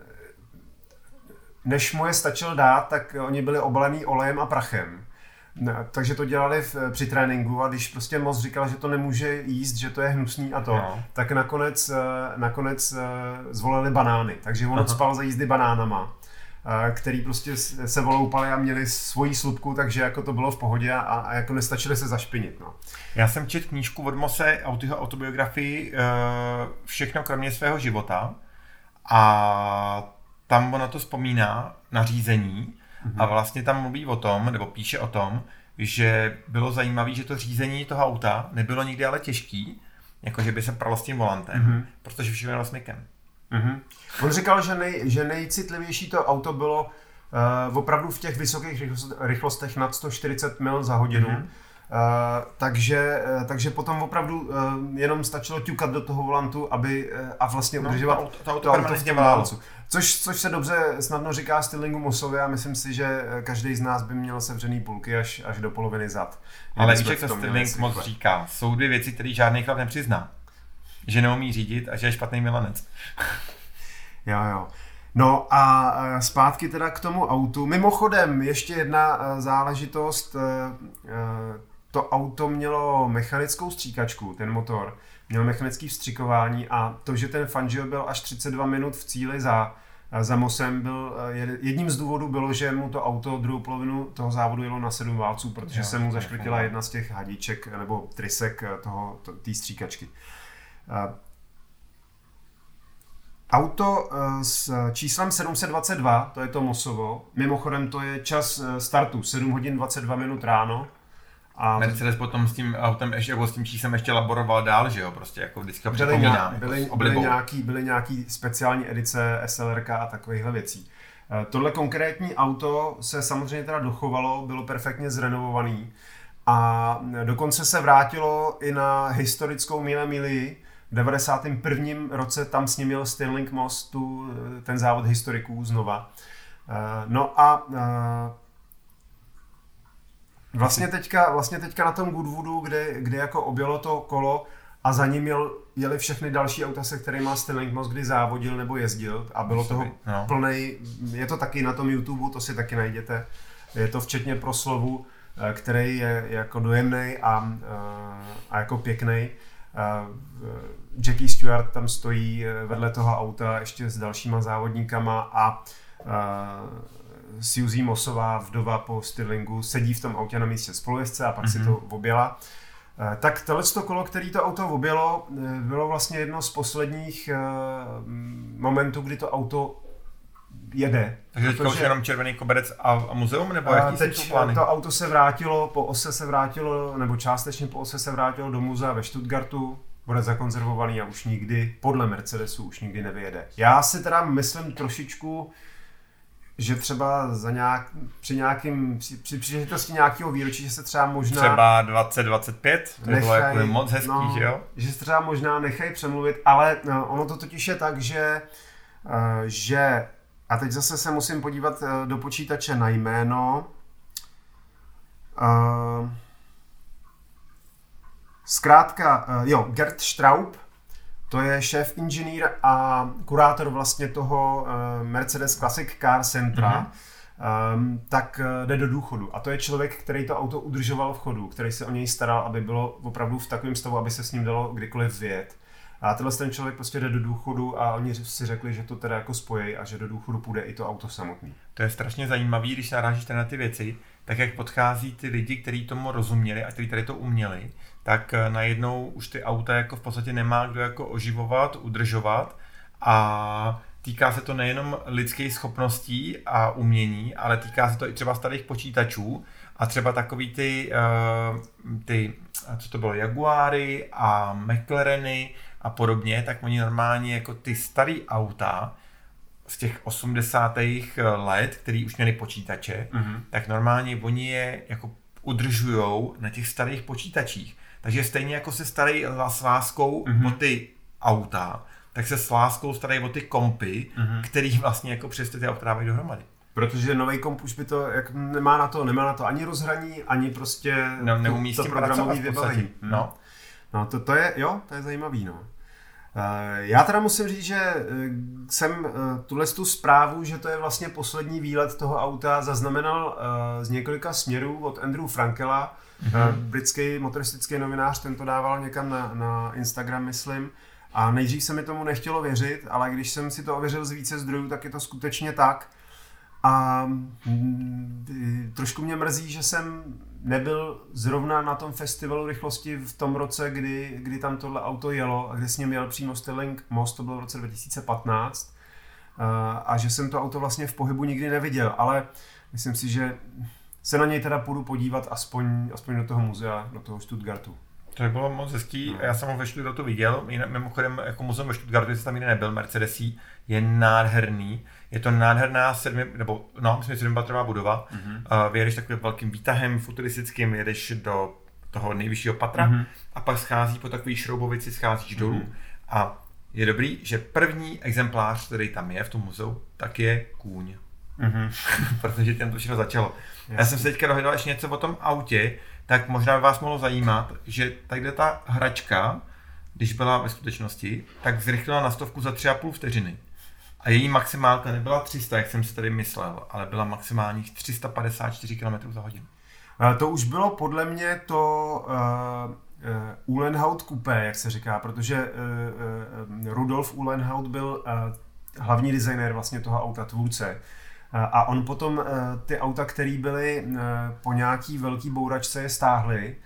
než mu je stačil dát, tak oni byli obalený olejem a prachem. No, takže to dělali v, při tréninku a když prostě Moss říkal, že to nemůže jíst, že to je hnusný a to, no. tak nakonec, nakonec zvolili banány. Takže on spal za jízdy banánama, který prostě se voloupaly a měli svoji slupku, takže jako to bylo v pohodě a, a jako nestačili se zašpinit. No. Já jsem četl knížku od Mosse, jeho autobiografii Všechno kromě svého života a tam ono to vzpomíná na řízení. A vlastně tam mluví o tom, nebo píše o tom, že bylo zajímavé, že to řízení toho auta nebylo nikdy ale těžký, jakože by se pralo s tím volantem, mm-hmm. protože všechno jelo smykem. Mm-hmm. On říkal, že, nej, že nejcitlivější to auto bylo uh, opravdu v těch vysokých rychlostech nad sto čtyřicet mil za hodinu, mm-hmm. Uh, takže, uh, takže potom opravdu uh, jenom stačilo ťukat do toho volantu, aby uh, a vlastně no, udržovat to auto, to auto, to auto v těm válcu. Což, což se dobře snadno říká Stirlingu Mossovi a myslím si, že každý z nás by měl sevřený půlky až, až do poloviny zad. Ale víš, jak to Stirling Moss říká, jsou dvě věci, které žádný chlap nepřizná. Že neumí řídit a že je špatný milanec. Jo, jo. No a zpátky teda k tomu autu. Mimochodem, ještě jedna záležitost. To auto mělo mechanickou stříkačku, ten motor. Měl mechanické vstřikování a to, že ten Fangio byl až třicet dva minut v cíli za, za Mossem, byl, jedním z důvodů bylo, že mu to auto druhou polovinu toho závodu jelo na sedm válců, protože jo, se mu zaškrtila jedna z těch hadíček nebo trysek toho, té stříkačky. Auto s číslem sedm set dvacet dva, to je to Mossovo, mimochodem to je čas startu, sedm hodin dvacet dva minut ráno. A Mercedes potom s tím autem ještě, jako s tím číslem ještě laboroval dál, že jo, prostě jako vždycky ho připomíná. Byly, jako byly, nějaký, byly nějaký speciální edice S L R K a takovýchhle věcí. Tohle konkrétní auto se samozřejmě teda dochovalo, bylo perfektně zrenovovaný a dokonce se vrátilo i na historickou Mille Miglia. V devadesátém prvním roce tam s ním měl Stirling Moss tu, ten závod historiků znova. No a Vlastně teďka, vlastně teďka na tom Goodwoodu, kde, kde jako objelo to kolo, a za ním jel, jeli všechny další auta, se kterými Stirling moc kdy závodil nebo jezdil a bylo toho no. plnej, je to taky na tom YouTube, to si taky najděte, je to včetně proslovu, který je jako dojemnej a, a jako pěknej. Jackie Stewart tam stojí vedle toho auta ještě s dalšíma závodníkama a Suzy Mossová, vdova po Stirlingu, sedí v tom autě na místě spolujezdce a pak mm-hmm. si to objela. Tak tohleto kolo, který to auto objelo, bylo vlastně jedno z posledních momentů, kdy to auto jede. Takže teďka už jenom červený koberec a, a muzeum, nebo jaký teď jsou plány? To auto se vrátilo, po ose se vrátilo, nebo částečně po ose se vrátilo do muzea ve Stuttgartu, bude zakonzervovaný a už nikdy, podle Mercedesu, už nikdy nevyjede. Já si teda myslím trošičku, že třeba za nějak, při nějakým, při, při příležitosti nějakého výročí, že se třeba možná... Třeba dvacet dvacet pět, to bylo jako moc hezký, no, že jo? Že se třeba možná nechají přemluvit, ale no, ono to totiž je tak, že, uh, že a teď zase se musím podívat uh, do počítače na jméno. Uh, zkrátka, uh, jo, Gerd Straub, to je šéf inženýr a kurátor vlastně toho uh, Mercedes Classic Car Centra, mm-hmm. um, tak uh, jde do důchodu. A to je člověk, který to auto udržoval v chodu, který se o něj staral, aby bylo opravdu v takovém stavu, aby se s ním dalo kdykoliv vyjet. A tenhle ten člověk prostě jde do důchodu a oni si řekli, že to teda jako spojí a že do důchodu půjde i to auto samotný. To je strašně zajímavý, když narážíte na ty věci, tak jak podchází ty lidi, kteří tomu rozuměli a kteří tady to uměli, tak najednou už ty auta jako v podstatě nemá kdo jako oživovat, udržovat a týká se to nejenom lidských schopností a umění, ale týká se to i třeba starých počítačů a třeba takový ty, uh, ty co to bylo, Jaguary a McLareny a podobně, tak oni normálně jako ty starý auta z těch osmdesátých let, který už měli počítače, mm-hmm. tak normálně oni je jako udržujou na těch starých počítačích. Takže stejně jako se starají s láskou mm-hmm. o ty auta, tak se s láskou starají o ty kompy, mm-hmm. který vlastně jako přes ty auta dávají dohromady. Protože nový komp už by to, jak nemá na to, nemá na to ani rozhraní, ani prostě no, neumí to, to programové vybavení. No, no to, to je, jo, to je zajímavý, no. Já teda musím říct, že jsem tuhle tu zprávu, že to je vlastně poslední výlet toho auta, zaznamenal z několika směrů od Andrew Frankela, mm-hmm. britský motoristický novinář, ten to dával někam na, na Instagram, myslím. A nejdřív se mi tomu nechtělo věřit, ale když jsem si to ověřil z více zdrojů, tak je to skutečně tak. A mm, trošku mě mrzí, že jsem nebyl zrovna na tom festivalu rychlosti v tom roce, kdy, kdy tam tohle auto jelo a kde s ním jel přímo Stirling Moss, to bylo v roce dva tisíce patnáct. A, a že jsem to auto vlastně v pohybu nikdy neviděl, ale myslím si, že se na něj teda půjdu podívat aspoň, aspoň do toho muzea, do toho Stuttgartu. To by bylo moc hezký, já jsem ho ve Stuttgartu viděl, mimochodem jako muzeum ve Stuttgartu, jestli tam nikdy nebyl, Mercedesí, je nádherný, je to nádherná sedmi, nebo no, myslím, sedmipatrová budova, mm-hmm. uh, vyjedeš takovým velkým výtahem futuristickým, jedeš do toho nejvyššího patra mm-hmm. a pak schází po takové šroubovici, scházíš mm-hmm. dolů a je dobrý, že první exemplář, který tam je v tom muzeu, tak je kůň. Mm-hmm. Protože těm to všechno začalo. Jasně. Já jsem se teďka dohledal ještě něco o tom autě, tak možná by vás mohlo zajímat, že tadyhle ta hračka, když byla ve skutečnosti, tak zrychlila na stovku za tři a půl vteřiny. A její maximálka nebyla tři sta, jak jsem si tady myslel, ale byla maximálních tři sta padesát čtyři kilometrů za hodinu. To už bylo podle mě to uh, uh, Uhlenhaut Coupé, jak se říká, protože uh, uh, Rudolf Uhlenhaut byl uh, hlavní designér vlastně toho auta, tvůrce. A on potom ty auta, které byly po nějaký velký bouračce, je stáhly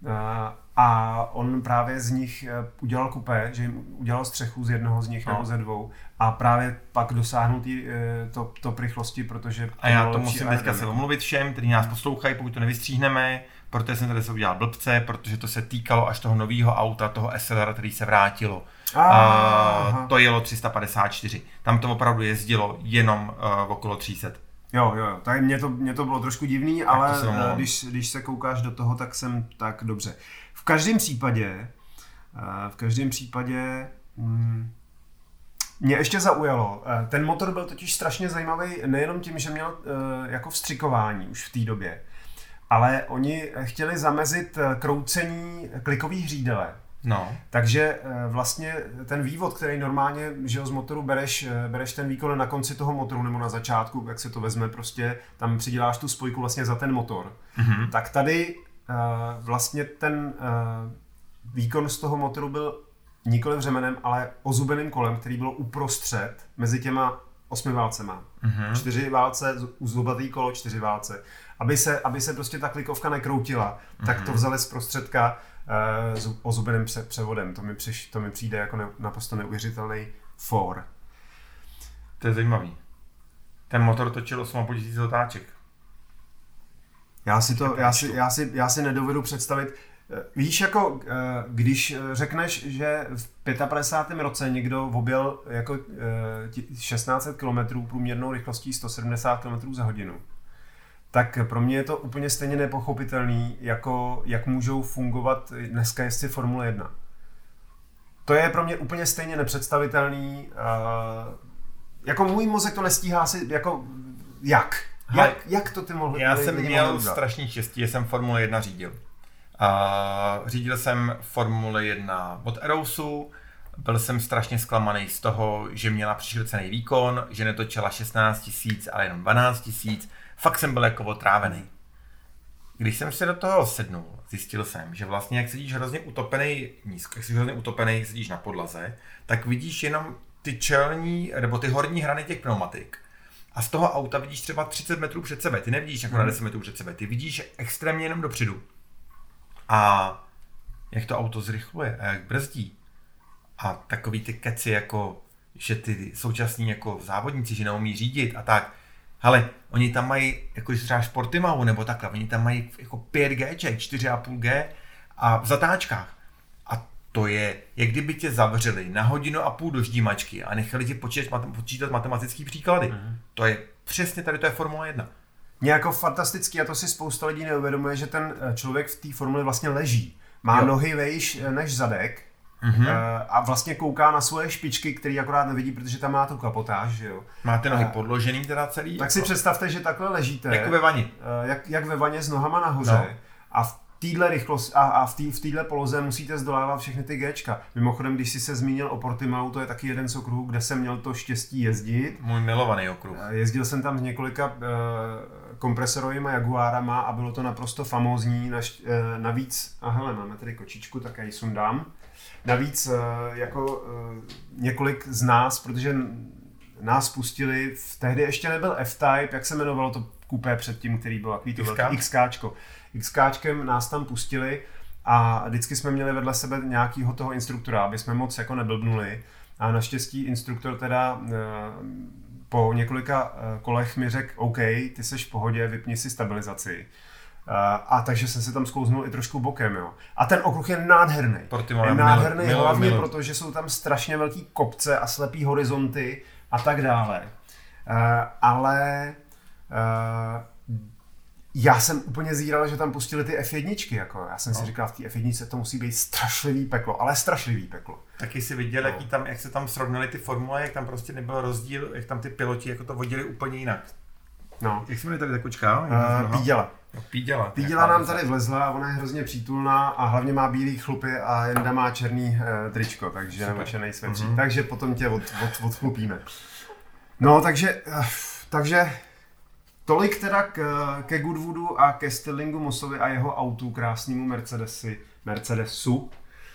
a on právě z nich udělal kupé, že jim udělal střechu z jednoho z nich no. nebo ze dvou a právě pak dosáhnul tý, to, to rychlosti, protože... A já to musím dneska se omluvit všem, kteří nás poslouchají, pokud to nevystříhneme, protože jsem tady se udělal blbce, protože to se týkalo až toho nového auta, toho S L R, který se vrátilo. Ah, uh, to jelo tři sta padesát čtyři. Tam to opravdu jezdilo jenom uh, okolo tři sta. Jo, jo, tak mně to, mně to bylo trošku divný, tak ale když, když se koukáš do toho, tak jsem tak dobře. V každém případě, uh, v každém případě mm, mě ještě zaujalo. Uh, ten motor byl totiž strašně zajímavý nejenom tím, že měl uh, jako vstřikování už v té době, ale oni chtěli zamezit kroucení klikových hřídele. No. Takže vlastně ten vývod, který normálně, že z motoru bereš, bereš ten výkon na konci toho motoru nebo na začátku, jak se to vezme, prostě tam přiděláš tu spojku vlastně za ten motor. Mm-hmm. Tak tady vlastně ten výkon z toho motoru byl nikoliv řemenem, ale ozubeným kolem, který bylo uprostřed mezi těma osmi válcema. Mm-hmm. Čtyři válce, zubatý kolo, čtyři válce. Aby se, aby se prostě ta klikovka nekroutila, mm-hmm. tak to vzali z prostředka uh, s ozubeným převodem. To mi, přiš, to mi přijde jako ne, naprosto neuvěřitelný for. To je zajímavý. Ten motor točil osm a půl tisíce otáček. Já si to, já si, já si, já si nedovedu představit. Víš, jako když řekneš, že v padesátém pátém roce někdo objel jako šestnáct set kilometrů průměrnou rychlostí sto sedmdesát kilometrů za hodinu, tak pro mě je to úplně stejně nepochopitelný, jako jak můžou fungovat dneska jezdci Formule jedna. To je pro mě úplně stejně nepředstavitelný. Jako můj mozek to nestíhá si, jako jak? Jak, jak to ty mohli? Já jsem měl strašný štěstí, že jsem Formule jedna řídil. A řídil jsem Formule jedna od Erousu, byl jsem strašně zklamaný z toho, že měla přiškrcený výkon, že netočila šestnáct tisíc, ale jenom dvanáct tisíc. Fakt jsem byl jako otrávený. Když jsem se do toho sednul, zjistil jsem, že vlastně jak sedíš hrozně utopený nízko, jak jsi hrozně utopený, sedíš na podlaze, tak vidíš jenom ty čelní, nebo ty horní hrany těch pneumatik. A z toho auta vidíš třeba třicet metrů před sebe, ty nevidíš jako hmm. na deset metrů před sebe, ty vidíš extrémně jenom dopředu. A jak to auto zrychluje a jak brzdí. A takový ty keci, jako, že ty současní jako závodníci, že neumí řídit a tak. Hele, oni tam mají, jako když třeba Sportimau nebo takhle, oni tam mají jako pět G, čtyři a půl G a v zatáčkách. A to je, jak kdyby tě zavřeli na hodinu a půl do ždímačky a nechali ti počítat, počítat matematický příklady. Mm. To je přesně tady, to je Formule jedna. Nějako fantastický, a to si spousta lidí neuvědomuje, že ten člověk v té formuli vlastně leží. Má jo. nohy vejš než zadek mm-hmm. a vlastně kouká na svoje špičky, který akorát nevidí, protože tam má tu kapotáž. Že jo. Máte nohy podložený teda celý? Tak jako... si představte, že takhle ležíte. Jako ve vaně. Jak, jak ve vaně s nohama nahoře. No. A v téhle rychlost a, a v té v téhle poloze musíte zdolávat všechny ty Gčka. Mimochodem, když jsi se zmínil o Portimau, to je taky jeden z okruhů, kde jsem měl to štěstí jezdit. Můj milovaný okruh. Jezdil jsem tam s několika uh, kompresorovými Jaguárama a bylo to naprosto famózní. Naš, uh, navíc, a hele, máme tady kočičku, tak já ji sundám. Navíc uh, jako uh, několik z nás, protože nás pustili, v, tehdy ještě nebyl F-Type, jak se jmenovalo to kupé předtím, který byl takový to velký XKčko. XKčkem nás tam pustili a vždycky jsme měli vedle sebe nějakýho toho instruktora, aby jsme moc jako neblbnuli. A naštěstí instruktor teda e, po několika kolech mi řekl, OK, ty seš v pohodě, vypni si stabilizaci. E, a takže jsem se tam sklouznul i trošku bokem, jo. A ten okruh je nádherný. Je nádherný milo, hlavně, milo. Protože jsou tam strašně velký kopce a slepý horizonty a tak dále. E, ale e, já jsem úplně zíral, že tam pustili ty F jedna, jako. Já jsem no. si říkal, v té F jedna to musí být strašlivý peklo, ale strašlivý peklo. Taky si viděl, no. jaký tam, jak se tam srovnali ty formule, jak tam prostě nebyl rozdíl, jak tam ty piloti jako to vodili úplně jinak. No. Jak se jmenuje tady ta kočka? Uh, Píděla. No, Píděla. Píděla nám tady vlezla a ona je hrozně přítulná a hlavně má bílý chlupy a Jenda má černý uh, tričko, takže nemočenej svetří. Mm-hmm. Takže potom tě od, od, odchlupíme. No, takže, uh, takže tolik teda k, ke Goodwoodu a ke Stirlingu Mossovi a jeho autu, krásnému Mercedesi, Mercedesu,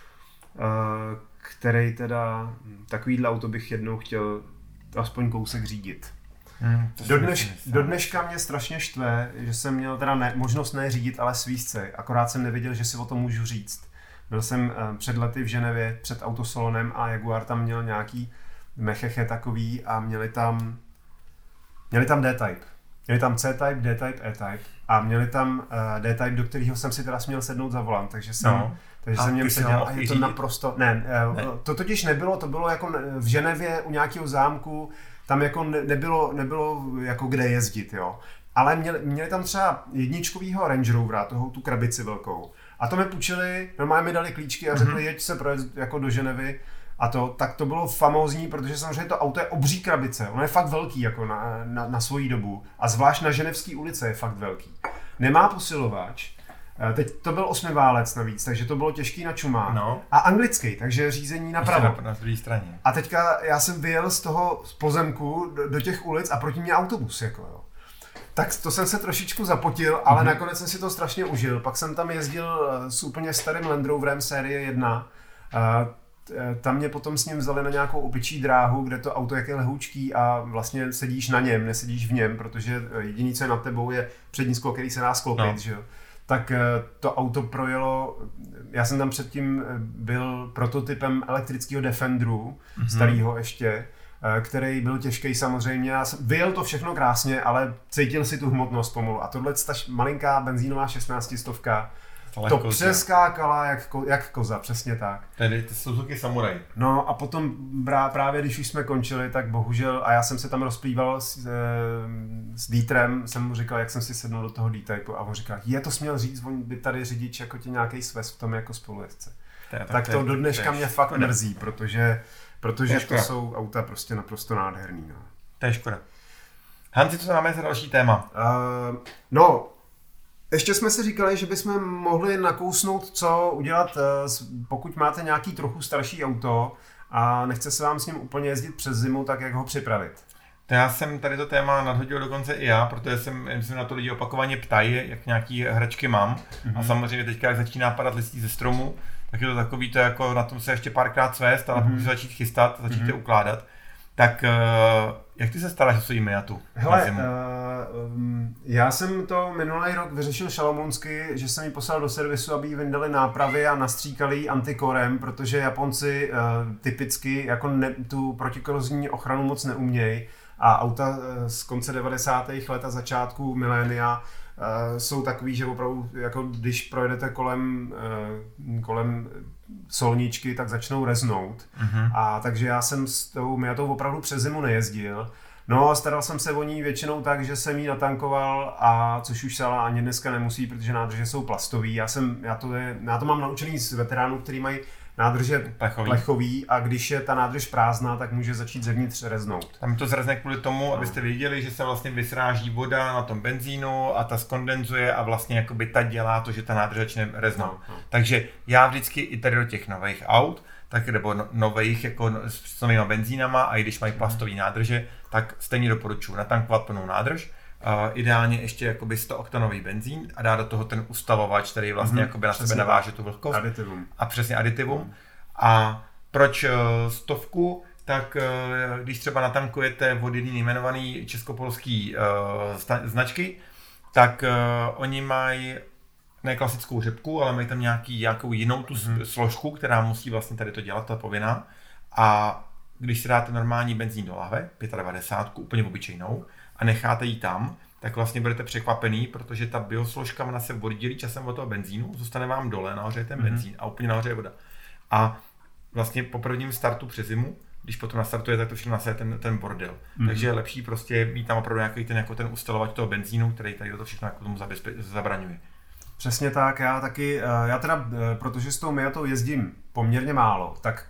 který teda, takovýhle auto bych jednou chtěl aspoň kousek řídit. Hmm, do, dneš, do dneška mě strašně štve, že jsem měl teda ne, možnost neřídit, ale svízt se, akorát jsem nevěděl, že si o tom můžu říct. Byl jsem před lety v Ženevě před autosalonem a Jaguar tam měl nějaký mecheche takový a měli tam, měli tam D-Type. Měli tam C-Type, D-Type, E-Type a měli tam uh, D-Type, do kterého jsem si teda směl sednout za volant, takže jsem, no. takže jsem něm seděl a je to naprosto, ne, uh, ne, to totiž nebylo, to bylo jako v Ženevě u nějakého zámku, tam jako ne, nebylo, nebylo jako kde jezdit, jo. Ale měli, měli tam třeba jedničkovýho Range Rovera, toho, tu krabici velkou a to mi půjčili, normálně mi dali klíčky a řekli, mm-hmm. jeď se projet jako do Ženevy. A to, tak to bylo famózní, protože samozřejmě to auto je obří krabice, ono je fakt velký jako na, na, na svoji dobu a zvlášť na Ženevské ulici je fakt velký. Nemá posilovač, Teď to byl osmiválec navíc, takže to bylo těžký na čumák. No. A anglický, takže řízení napravo. Na, na druhé straně. A teďka já jsem vyjel z toho z pozemku do, do těch ulic a proti mě autobus, jako jo. Tak to jsem se trošičku zapotil, ale mm-hmm. nakonec jsem si to strašně užil. Pak jsem tam jezdil s úplně starým Land Roverem série jedna. Tam mě potom s ním vzali na nějakou opičí dráhu, kde to auto jak je lehoučký a vlastně sedíš na něm, nesedíš v něm, protože jediný, co je nad tebou, je přední sklo, který se dá sklopit, no. že jo. Tak to auto projelo, já jsem tam předtím byl prototypem elektrického Defenderu, mm-hmm. starého ještě, který byl těžký samozřejmě. Já jsem, vyjel to všechno krásně, ale cítil si tu hmotnost pomalu. A tohle ta malinká benzínová šestnáctistovka, to přeskákala jak, ko, jak koza, přesně tak. Tedy ty Suzuki Samurai. No a potom brá, právě když už jsme končili, tak bohužel, a já jsem se tam rozplýval s, e, s Dítrem, jsem mu říkal, jak jsem si sednul do toho D-Typeu a on říkal, je to směl říct, on by tady řidič jako ti nějaký svez v tom jako spolujezdce. Tak, tak to do dneška mě fakt mrzí, protože, protože to, to jsou auta prostě naprosto nádherný. No. To je škoda. Hanci, co máme za další téma? Uh, no, ještě jsme si říkali, že bychom mohli nakousnout, co udělat, pokud máte nějaký trochu starší auto a nechce se vám s ním úplně jezdit přes zimu, tak jak ho připravit. To já jsem tady to téma nadhodil dokonce i já, protože jsem, jsem na to lidi opakovaně ptají, jak nějaký hračky mám. Mm-hmm. A samozřejmě teďka, jak začíná padat listí ze stromu, tak je to takový, to jako na tom se ještě párkrát svést, ale mm-hmm. pokud se začít chystat, začít mm-hmm. ukládat. Tak jak ty se staráš o svou Miatu? Hele, uh, um, já jsem to minulý rok vyřešil šalomounsky, že jsem ji poslal do servisu, aby jí vyndali nápravy a nastříkali ji antikorem, protože Japonci uh, typicky jako ne, tu protikorozní ochranu moc neumějí a auta uh, z konce devadesátých let a začátku milénia Uh, jsou takový, že opravdu, jako když projedete kolem, uh, kolem solničky, tak začnou reznout. Mm-hmm. A takže já jsem s tou Miatou opravdu přes zimu nejezdil. No a staral jsem se o ní většinou tak, že jsem ji natankoval, a což už se ale ani dneska nemusí, protože nádrže jsou plastový. Já, jsem, já, to, je, já to mám naučený z veteránů, který mají nádrže plechový. plechový a když je ta nádrž prázdná, tak může začít zevnitř reznout. Tam to zrezne kvůli tomu, no. abyste věděli, že se vlastně vysráží voda na tom benzínu a ta skondenzuje a vlastně jakoby ta dělá to, že ta nádrž začne reznout. No, no. Takže já vždycky i tady do těch nových aut, tak nebo no, nových jako s novýma benzínama, a i když mají plastový nádrže, tak stejně doporučuji natankovat plnou nádrž. Uh, ideálně ještě jakoby sto oktanový benzín a dát do toho ten ustavovač, který vlastně mm-hmm, jakoby na sebe naváže tu vlhkost. Aditivum. A přesně aditivum. Mm. A proč uh, stovku? Tak uh, když třeba natankujete od jedné nejmenované českopolský uh, sta- značky, tak uh, oni mají ne klasickou řepku, ale mají tam nějaký, nějakou jinou tu mm-hmm. složku, která musí vlastně tady to dělat, ta povinná. A když si dáte normální benzín do lahve, devadesát pět, úplně obyčejnou, a necháte ji tam, tak vlastně budete překvapený, protože ta biosložka ona se oddělí časem od toho benzínu, zůstane vám dole, nahoře je ten mm-hmm. benzín a úplně nahoře je voda. A vlastně po prvním startu přes zimu, když potom nastartuje, tak to všechno nasaje ten, ten bordel. Mm-hmm. Takže je lepší prostě mít tam opravdu nějaký ten, jako ten ustalovač toho benzínu, který tady to všechno jako tomu zabezpe- zabraňuje. Přesně tak, já taky, já teda, protože s tou Miatou jezdím poměrně málo, tak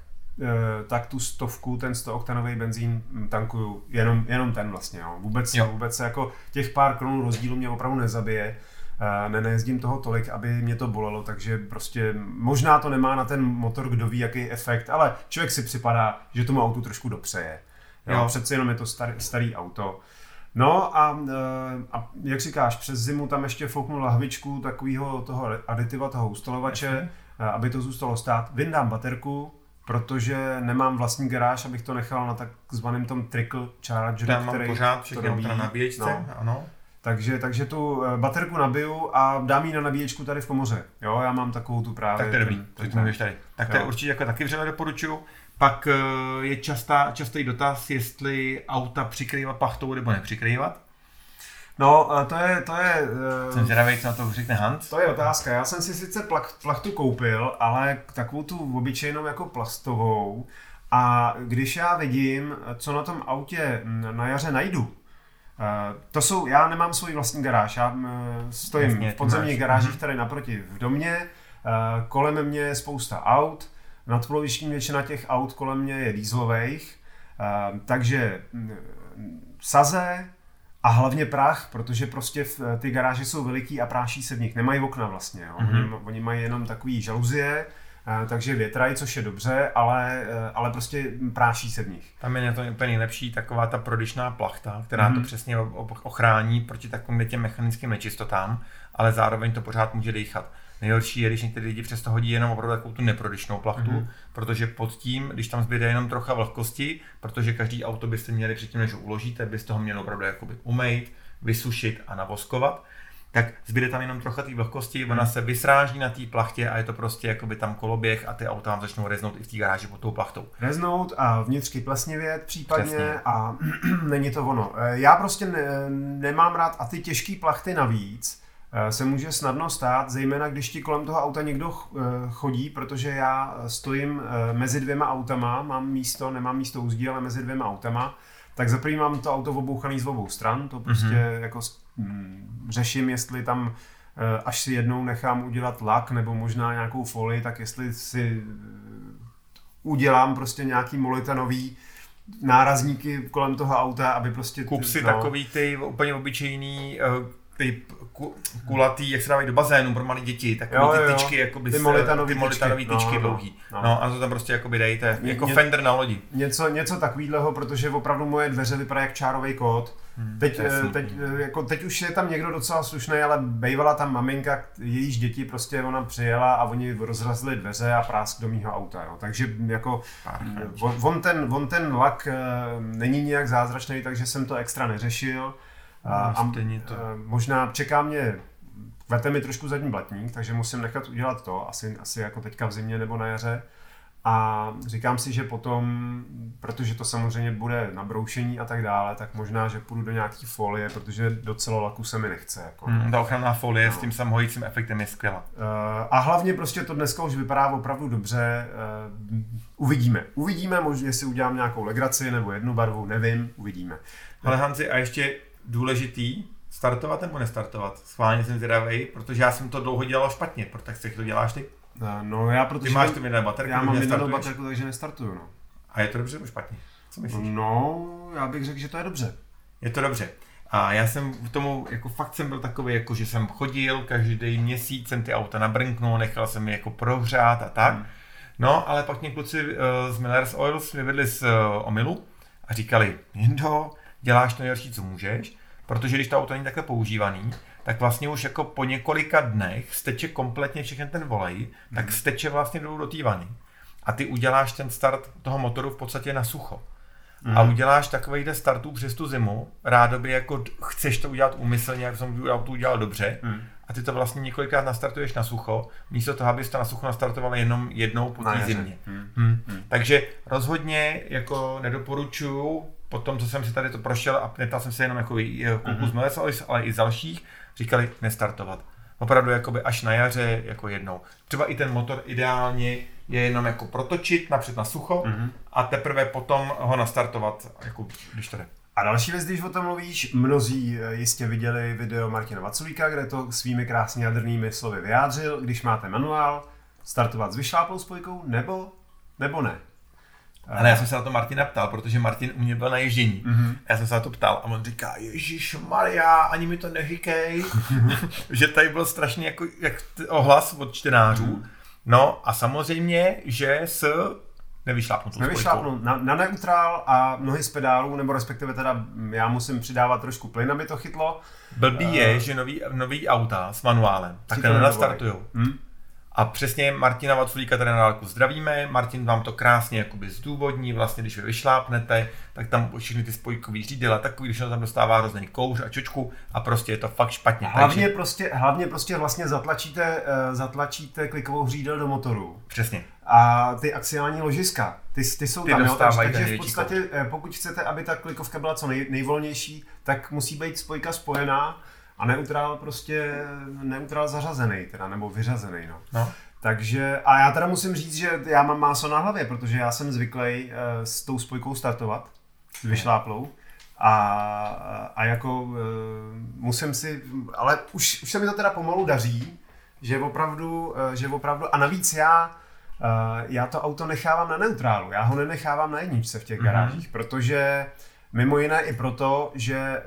tak tu stovku, ten sto oktanový benzín tankuju, jenom, jenom ten vlastně, jo. Vůbec, jo. vůbec se jako těch pár korun rozdílu mě opravdu nezabije, ne, nejezdím toho tolik, aby mě to bolelo, takže prostě možná to nemá na ten motor, kdo ví, jaký efekt, ale člověk si připadá, že tomu autu trošku dopřeje. Jo, jo. Přece jenom je to starý, starý auto. No a, a jak říkáš, přes zimu tam ještě fouknu lahvičku takového toho aditiva, toho ustalovače, aby to zůstalo stát. Vyndám baterku, protože nemám vlastní garáž, abych to nechal na takzvaném tom trickle chargeru, tam který pořád všechny auta na nabíječce, no. ano. Takže, takže tu baterku nabiju a dám ji na nabíječku tady v komoře. Jo, já mám takovou tu právě. Tak to je dobrý, ten, ten, tady. Tak to je určitě jako taky vřele doporučuju. Pak je častá, častý dotaz, jestli auta přikrývat plachtou nebo nepřikrývat. No, to je, to je... Jsem zvědavý, co na to řekne Hans. To je otázka. Já jsem si sice plachtu koupil, ale takovou tu obyčejnou jako plastovou. A když já vidím, co na tom autě na jaře najdu, to jsou, já nemám svůj vlastní garáž, já stojím Jasně, v podzemních garážích tady naproti v domě, kolem mě je spousta aut, nadpoloviční většina těch aut kolem mě je dieselových, takže Saze, A hlavně prach, protože prostě v, ty garáže jsou veliký a práší se v nich. Nemají okna vlastně. Jo. Mm-hmm. Oni, oni mají jenom takový žaluzie, takže větrají, což je dobře, ale, ale prostě práší se v nich. Tam je to úplně nejlepší taková ta prodyšná plachta, která mm-hmm. to přesně ochrání proti takovým těm mechanickým nečistotám, ale zároveň to pořád může dýchat. Nejhorší je, když někteří lidi přesto hodí jenom opravdu takovou tu neprodyšnou plachtu, mm-hmm. protože pod tím, když tam zbyde jenom trocha vlhkosti, protože každý auto byste měli předtím, než ho uložíte, byste ho měli opravdu jakoby umýt, vysušit a navoskovat, tak zbyde tam jenom trocha té vlhkosti, ona se vysráží na té plachtě a je to prostě jakoby tam koloběh a ty auta vám začnou reznout i v té garáži pod tou plachtou. Reznout a vnitřky plesnivět případně. Přesně. A není to ono. Já prostě ne, nemám rád a ty těžké plachty navíc se může snadno stát, zejména když ti kolem toho auta někdo chodí, protože já stojím mezi dvěma autama, mám místo, nemám místo uzdí, ale mezi dvěma autama, tak za první mám to auto obouchaný z obou stran, to prostě mm-hmm. jako hm, řeším, jestli tam, až si jednou nechám udělat lak nebo možná nějakou folii, tak jestli si udělám prostě nějaký molitanový nárazníky kolem toho auta, aby prostě... Kup si no, takový ty úplně obyčejný... Uh... ty kulatý, jak se dávají do bazénu pro malé děti, takové ty tyčky, jakoby ty molitanový tyčky, tyčky no, dlouhý. No, no. no a to tam prostě jakoby dejte, Ně, jako ně, fender na lodi. Něco, něco takového, protože opravdu moje dveře vypadají jak čárový kód. Hmm, teď, teď, jako, teď už je tam někdo docela slušný, ale bejvala tam maminka, jejíž děti prostě ona přijela a oni rozrazili dveře a prásk do mýho auta. Jo. Takže jako on, on, ten, on ten lak není nějak zázračný, takže jsem to extra neřešil. A, a to. Možná čeká mě, kvete mi trošku zadní blatník, takže musím nechat udělat to, asi, asi jako teďka v zimě nebo na jaře. A říkám si, že potom, protože to samozřejmě bude na broušení a tak dále, tak možná, že půjdu do nějaký folie, protože do celolaku se mi nechce. Jako. Hmm, ta ochranná folie no. s tím samohojícím efektem je skvělá. Uh, a hlavně prostě to dneska už vypadá opravdu dobře. Uh, uvidíme. Uvidíme, možná, jestli udělám nějakou legraci nebo jednu barvu, nevím, uvidíme. Ale Hanzi, a ještě důležitý, startovat nebo nestartovat? Schválně jsem zvědavej, protože já jsem to dlouho dělal špatně, proto tak to děláš ty? No já protože... Ty máš tu vydanou baterku, já mám vydanou baterku, takže nestartuju, no. A je to dobře nebo špatně? Co myslíš? No, já bych řekl, že to je dobře. Je to dobře. A já jsem v tomu, jako fakt jsem byl takový, jako že jsem chodil, každý měsíc jsem ty auta nabrnknul, nechal jsem je jako prohřát a tak. Hmm. No, ale pak mě kluci uh, z Miller's Oils vyvedli z uh, omylu a říkali, Jindo, děláš to nejhorší, co můžeš, protože když to auto není takhle používaný, tak vlastně už jako po několika dnech steče kompletně všechny ten volej, mm. tak steče vlastně dolů do té vany. A ty uděláš ten start toho motoru v podstatě na sucho. Mm. A uděláš takovejhle startů přes tu zimu, rádoby jako chceš to udělat úmyslně, jak jsem to udělal dobře, mm. a ty to vlastně několikrát nastartuješ na sucho, místo toho, abys to na sucho nastartoval jenom jednou po té zimě. Mm. Mm. Mm. Takže rozhodně jako nedoporučuju, po tom, co jsem si tady to prošel a neptal jsem se jenom jako kluku z Miller's Oils, ale i z dalších, říkali nestartovat. Opravdu jakoby až na jaře jako jednou. Třeba i ten motor ideálně je jenom jako protočit napřed na sucho mm-hmm. a teprve potom ho nastartovat, jako když to jde. A další věc, když o tom mluvíš, mnozí jistě viděli video Martina Vaculíka, kde to svými krásně jadrnými slovy vyjádřil, když máte manuál, startovat s vyšláplou spojkou nebo, nebo ne. Ale já jsem se na to Martina ptal, protože Martin u mě byl na ježdění. Mm-hmm. Já jsem se na to ptal a on říká, ježišmarja, ani mi to neříkej, že tady byl strašně jako jak ohlas od čtenářů. Mm. No a samozřejmě, že s nevyšlápnutou Nevyšlápnu na, na neutrál a nohy z pedálů, nebo respektive teda já musím přidávat trošku plyn, aby to chytlo. Blbý uh, je, že nový, nový auta s manuálem takhle nenastartujou. Hmm? A přesně Martina Vaculíka tady na dálku zdravíme, Martin vám to krásně jakoby zdůvodní, vlastně když vy vyšlápnete, tak tam všechny ty spojkový řídila, takový, když on tam dostává hrozný kouř a čočku a prostě je to fakt špatně. Hlavně, takže... prostě, hlavně prostě vlastně zatlačíte, uh, zatlačíte klikovou hřídel do motoru. Přesně. A ty axiální ložiska, ty, ty jsou ty tam, jo, takže, takže v podstatě, kouř. Pokud chcete, aby ta klikovka byla co nej, nejvolnější, tak musí být spojka spojená. A neutrál prostě, neutrál zařazený teda, nebo vyřazený, no. no. Takže, a já teda musím říct, že já mám máso na hlavě, protože já jsem zvyklý uh, s tou spojkou startovat, s vyšláplou. A, a jako uh, musím si, ale už, už se mi to teda pomalu daří, že opravdu, uh, že opravdu, a navíc já, uh, já to auto nechávám na neutrálu, já ho nenechávám na jedničce v těch mm-hmm. garážích, protože Mimo jiné i proto, že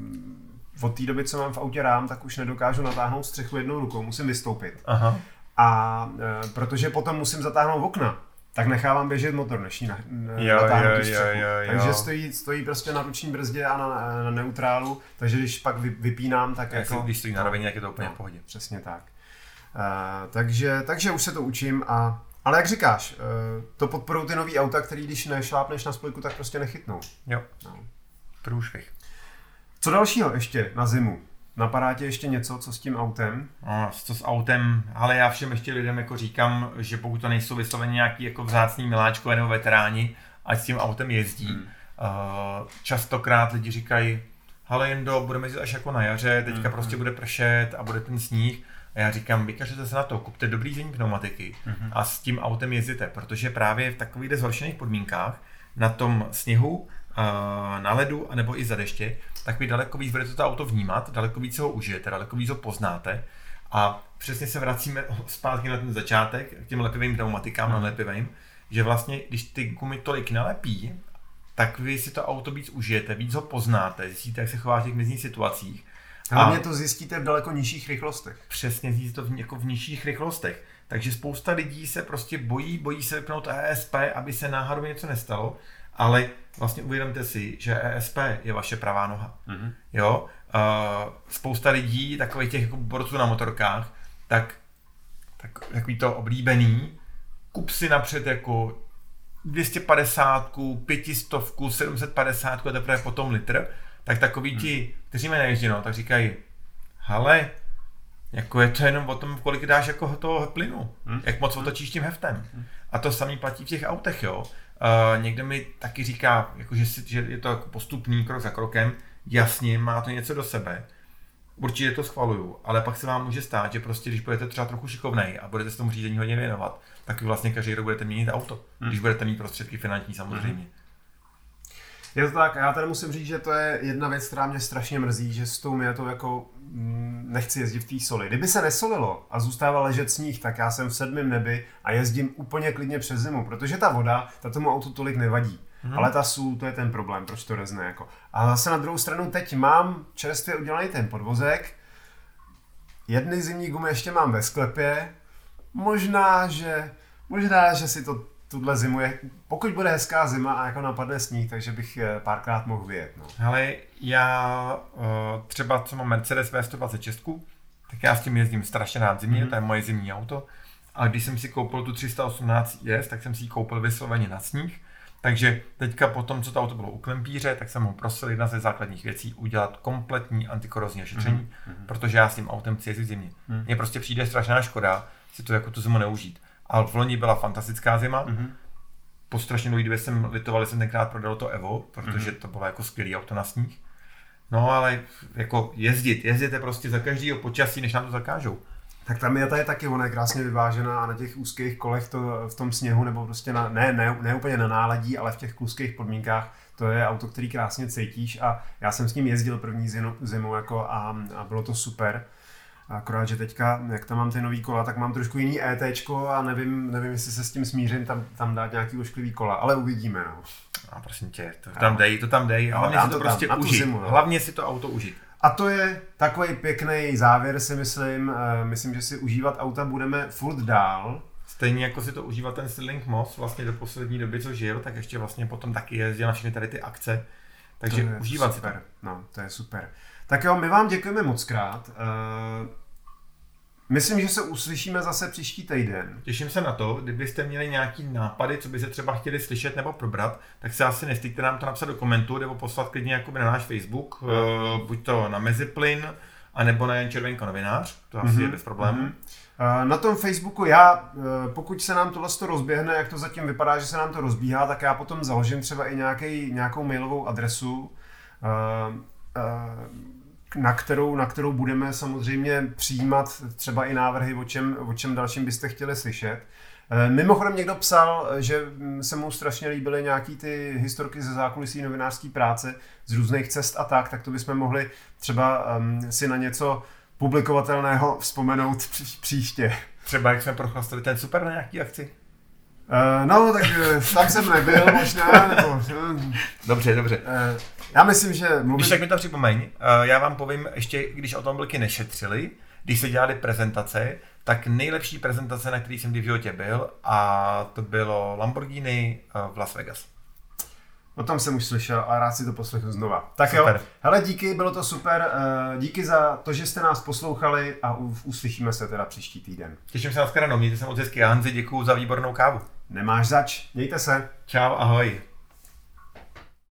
od té doby, co mám v autě rám, tak už nedokážu natáhnout střechu jednou rukou, musím vystoupit. Aha. A e, protože potom musím zatáhnout okna, tak nechávám běžet motor, než ji na, jo, natáhnout jo, tu střechu. jo, jo, jo. Takže stojí, stojí prostě na ruční brzdě a na, na neutrálu, takže když pak vy, vypínám, tak Jak jako... Když stojí na rovině, jak je to úplně no, v pohodě. Přesně tak. E, takže, takže už se to učím a... Ale jak říkáš, e, to podporují ty nový auta, který když nešlápneš na spojku, tak prostě nechytnou. Jo, no. Průšvih. Co dalšího ještě na zimu? Napadá tě ještě něco, co s tím autem? No, co s autem, ale já všem ještě lidem jako říkám, že pokud to nejsou vysloveně nějaký jako vzácný miláčkové nebo veteráni, ať s tím autem jezdí. Hmm. Uh, častokrát lidi říkají, hele Jendo, budeme jezdit až jako na jaře, teďka hmm. prostě bude pršet a bude ten sníh. A já říkám, vykažete se na to, kupte dobrý zimní pneumatiky hmm. a s tím autem jezdíte, protože právě v takových zhoršených podmínkách na tom sněhu, na ledu, anebo i za deště, tak vy daleko víc budete to auto vnímat, daleko víc ho užijete, daleko víc ho poznáte a přesně se vracíme zpátky na ten začátek k těm lepivým pneumatikám, hmm. nelepivým, že vlastně, když ty gumy tolik nalepí, tak vy si to auto víc užijete, víc ho poznáte, zjistíte, jak se chová v těch mezních situacích. Hlavně to zjistíte v daleko nižších rychlostech. Přesně, zjistíte to v, jako v nižších rychlostech. Takže spousta lidí se prostě bojí, bojí se vypnout E S P, aby se náhodou něco nestalo. Ale vlastně uvědomte si, že E S P je vaše pravá noha. Mm-hmm. Jo? Uh, spousta lidí, takových těch jako borců na motorkách, tak, tak takový to oblíbený, kup si napřed jako dvě stě padesát, pět set, sedm set padesát a teprve potom litr, tak takový mm. ti, kteří mě neježděno, tak říkají, hele, jako je to jenom o tom, kolik dáš jako toho plynu, mm. jak moc otočíš tím heftem. Mm. A to samý platí v těch autech, jo. Uh, někdo mi taky říká, jako, že, si, že je to jako postupný krok za krokem, jasně, má to něco do sebe, určitě to schvaluju, ale pak se vám může stát, že prostě, když budete třeba trochu šikovnej a budete se tomu řízení hodně věnovat, tak vy vlastně každý rok budete měnit auto, hmm. když budete mít prostředky finanční samozřejmě. Hmm. Je to tak, já tady musím říct, že to je jedna věc, která mě strašně mrzí, že s tou Miatou jako mm, nechci jezdit v té soli. Kdyby se nesolilo a zůstával ležet sníh, tak já jsem v sedmém nebi a jezdím úplně klidně přes zimu, protože ta voda, ta tomu autu tolik nevadí. Hmm. Ale ta sůl, to je ten problém, proč to rezne. Jako. A zase na druhou stranu teď mám čerstvě udělaný ten podvozek, jedny zimní gumy ještě mám ve sklepě, možná, že, možná, že si to tuhle zimu je, pokud bude hezká zima a jako napadne sníh, takže bych párkrát mohl vyjet. No. Hele, já třeba co mám Mercedes V sto dvacet šest, tak já s tím jezdím strašně rád zimně, mm-hmm. to je moje zimní auto. A když jsem si koupil tu tři sta osmnáct I S, tak jsem si ji koupil vysloveně na sníh. Takže teďka po tom, co to auto bylo u klempíře, tak jsem ho prosil jedna ze základních věcí udělat kompletní antikorozní ošetření, mm-hmm. protože já s tím autem chci jezdit zimně. Mně mm. prostě přijde strašná škoda si to jako tu zimu neužít. Ale v loni byla fantastická zima. Mm-hmm. Po strašně dlouhé době jsem litoval, jsem tenkrát prodal to Evo, protože mm-hmm. to bylo jako skvělý auto na sníh. No ale jako jezdit, jezdíte prostě za každýho počasí, než nám to zakážou. Tak ta Miata je taky, ona je krásně vyvážená a na těch úzkých kolech to v tom sněhu, nebo prostě na, ne, ne, ne úplně na náladí, ale v těch kluských podmínkách, to je auto, který krásně cítíš a já jsem s ním jezdil první zimu, zimu jako a, a bylo to super. Akorát, že teďka, jak tam mám ty nový kola, tak mám trošku jiný ETčko a nevím, nevím, jestli se s tím smířím, tam, tam dát nějaký ošklivý kola, ale uvidíme, no. A prosím tě, to tam dej, to tam dej, hlavně si to, to prostě tam, užít, zimu, no. Hlavně si to auto užít. A to je takový pěkný závěr, si myslím, myslím, že si užívat auta budeme furt dál. Stejně jako si to užíval ten Stirling Moss vlastně do poslední doby, co žil, tak ještě vlastně potom taky jezdil na všechny tady ty akce, takže užívat super. si to. No, to je super. Tak jo, my vám děkujeme moc krát. Uh, myslím, že se uslyšíme zase příští týden. Těším se na to, kdybyste měli nějaký nápady, co byste třeba chtěli slyšet nebo probrat, tak se asi nestýďte nám to napsat do komentu nebo poslat klidně jakoby na náš Facebook, uh, buď to na Meziplyn, anebo na Jan Červenko novinář, to asi mm-hmm. je bez problémů. Mm-hmm. Na tom Facebooku já, pokud se nám tohle rozběhne, jak to zatím vypadá, že se nám to rozbíhá, tak já potom založím třeba i nějaký, nějakou mailovou adresu, na kterou, na kterou budeme samozřejmě přijímat třeba i návrhy, o čem, o čem dalším byste chtěli slyšet. Mimochodem někdo psal, že se mu strašně líbily nějaký ty historky ze zákulisí novinářské práce, z různých cest a tak, tak to bychom mohli třeba um, si na něco publikovatelného vzpomenout pří, příště. Třeba jak jsme prochlastali ten super na nějaký akci. Uh, no, tak tam jsem nebyl možná, nebo... Dobře, dobře. Uh, já myslím, že... Mluvím... Když tak mi to připomeň, uh, já vám povím ještě, když automobilky nešetřili, když se dělaly prezentace, tak nejlepší prezentace, na který jsem kdy v životě byl, a to bylo Lamborghini uh, v Las Vegas. O tom jsem už slyšel a rád si to poslechnu znova. Tak super. Jo, hele, díky, bylo to super, uh, díky za to, že jste nás poslouchali a uslyšíme se teda příští týden. Těším se na shledanou, mějte se moc hezky, Hanzi, děkuju za výbornou kávu. Nemáš zač, mějte se. Čau, ahoj.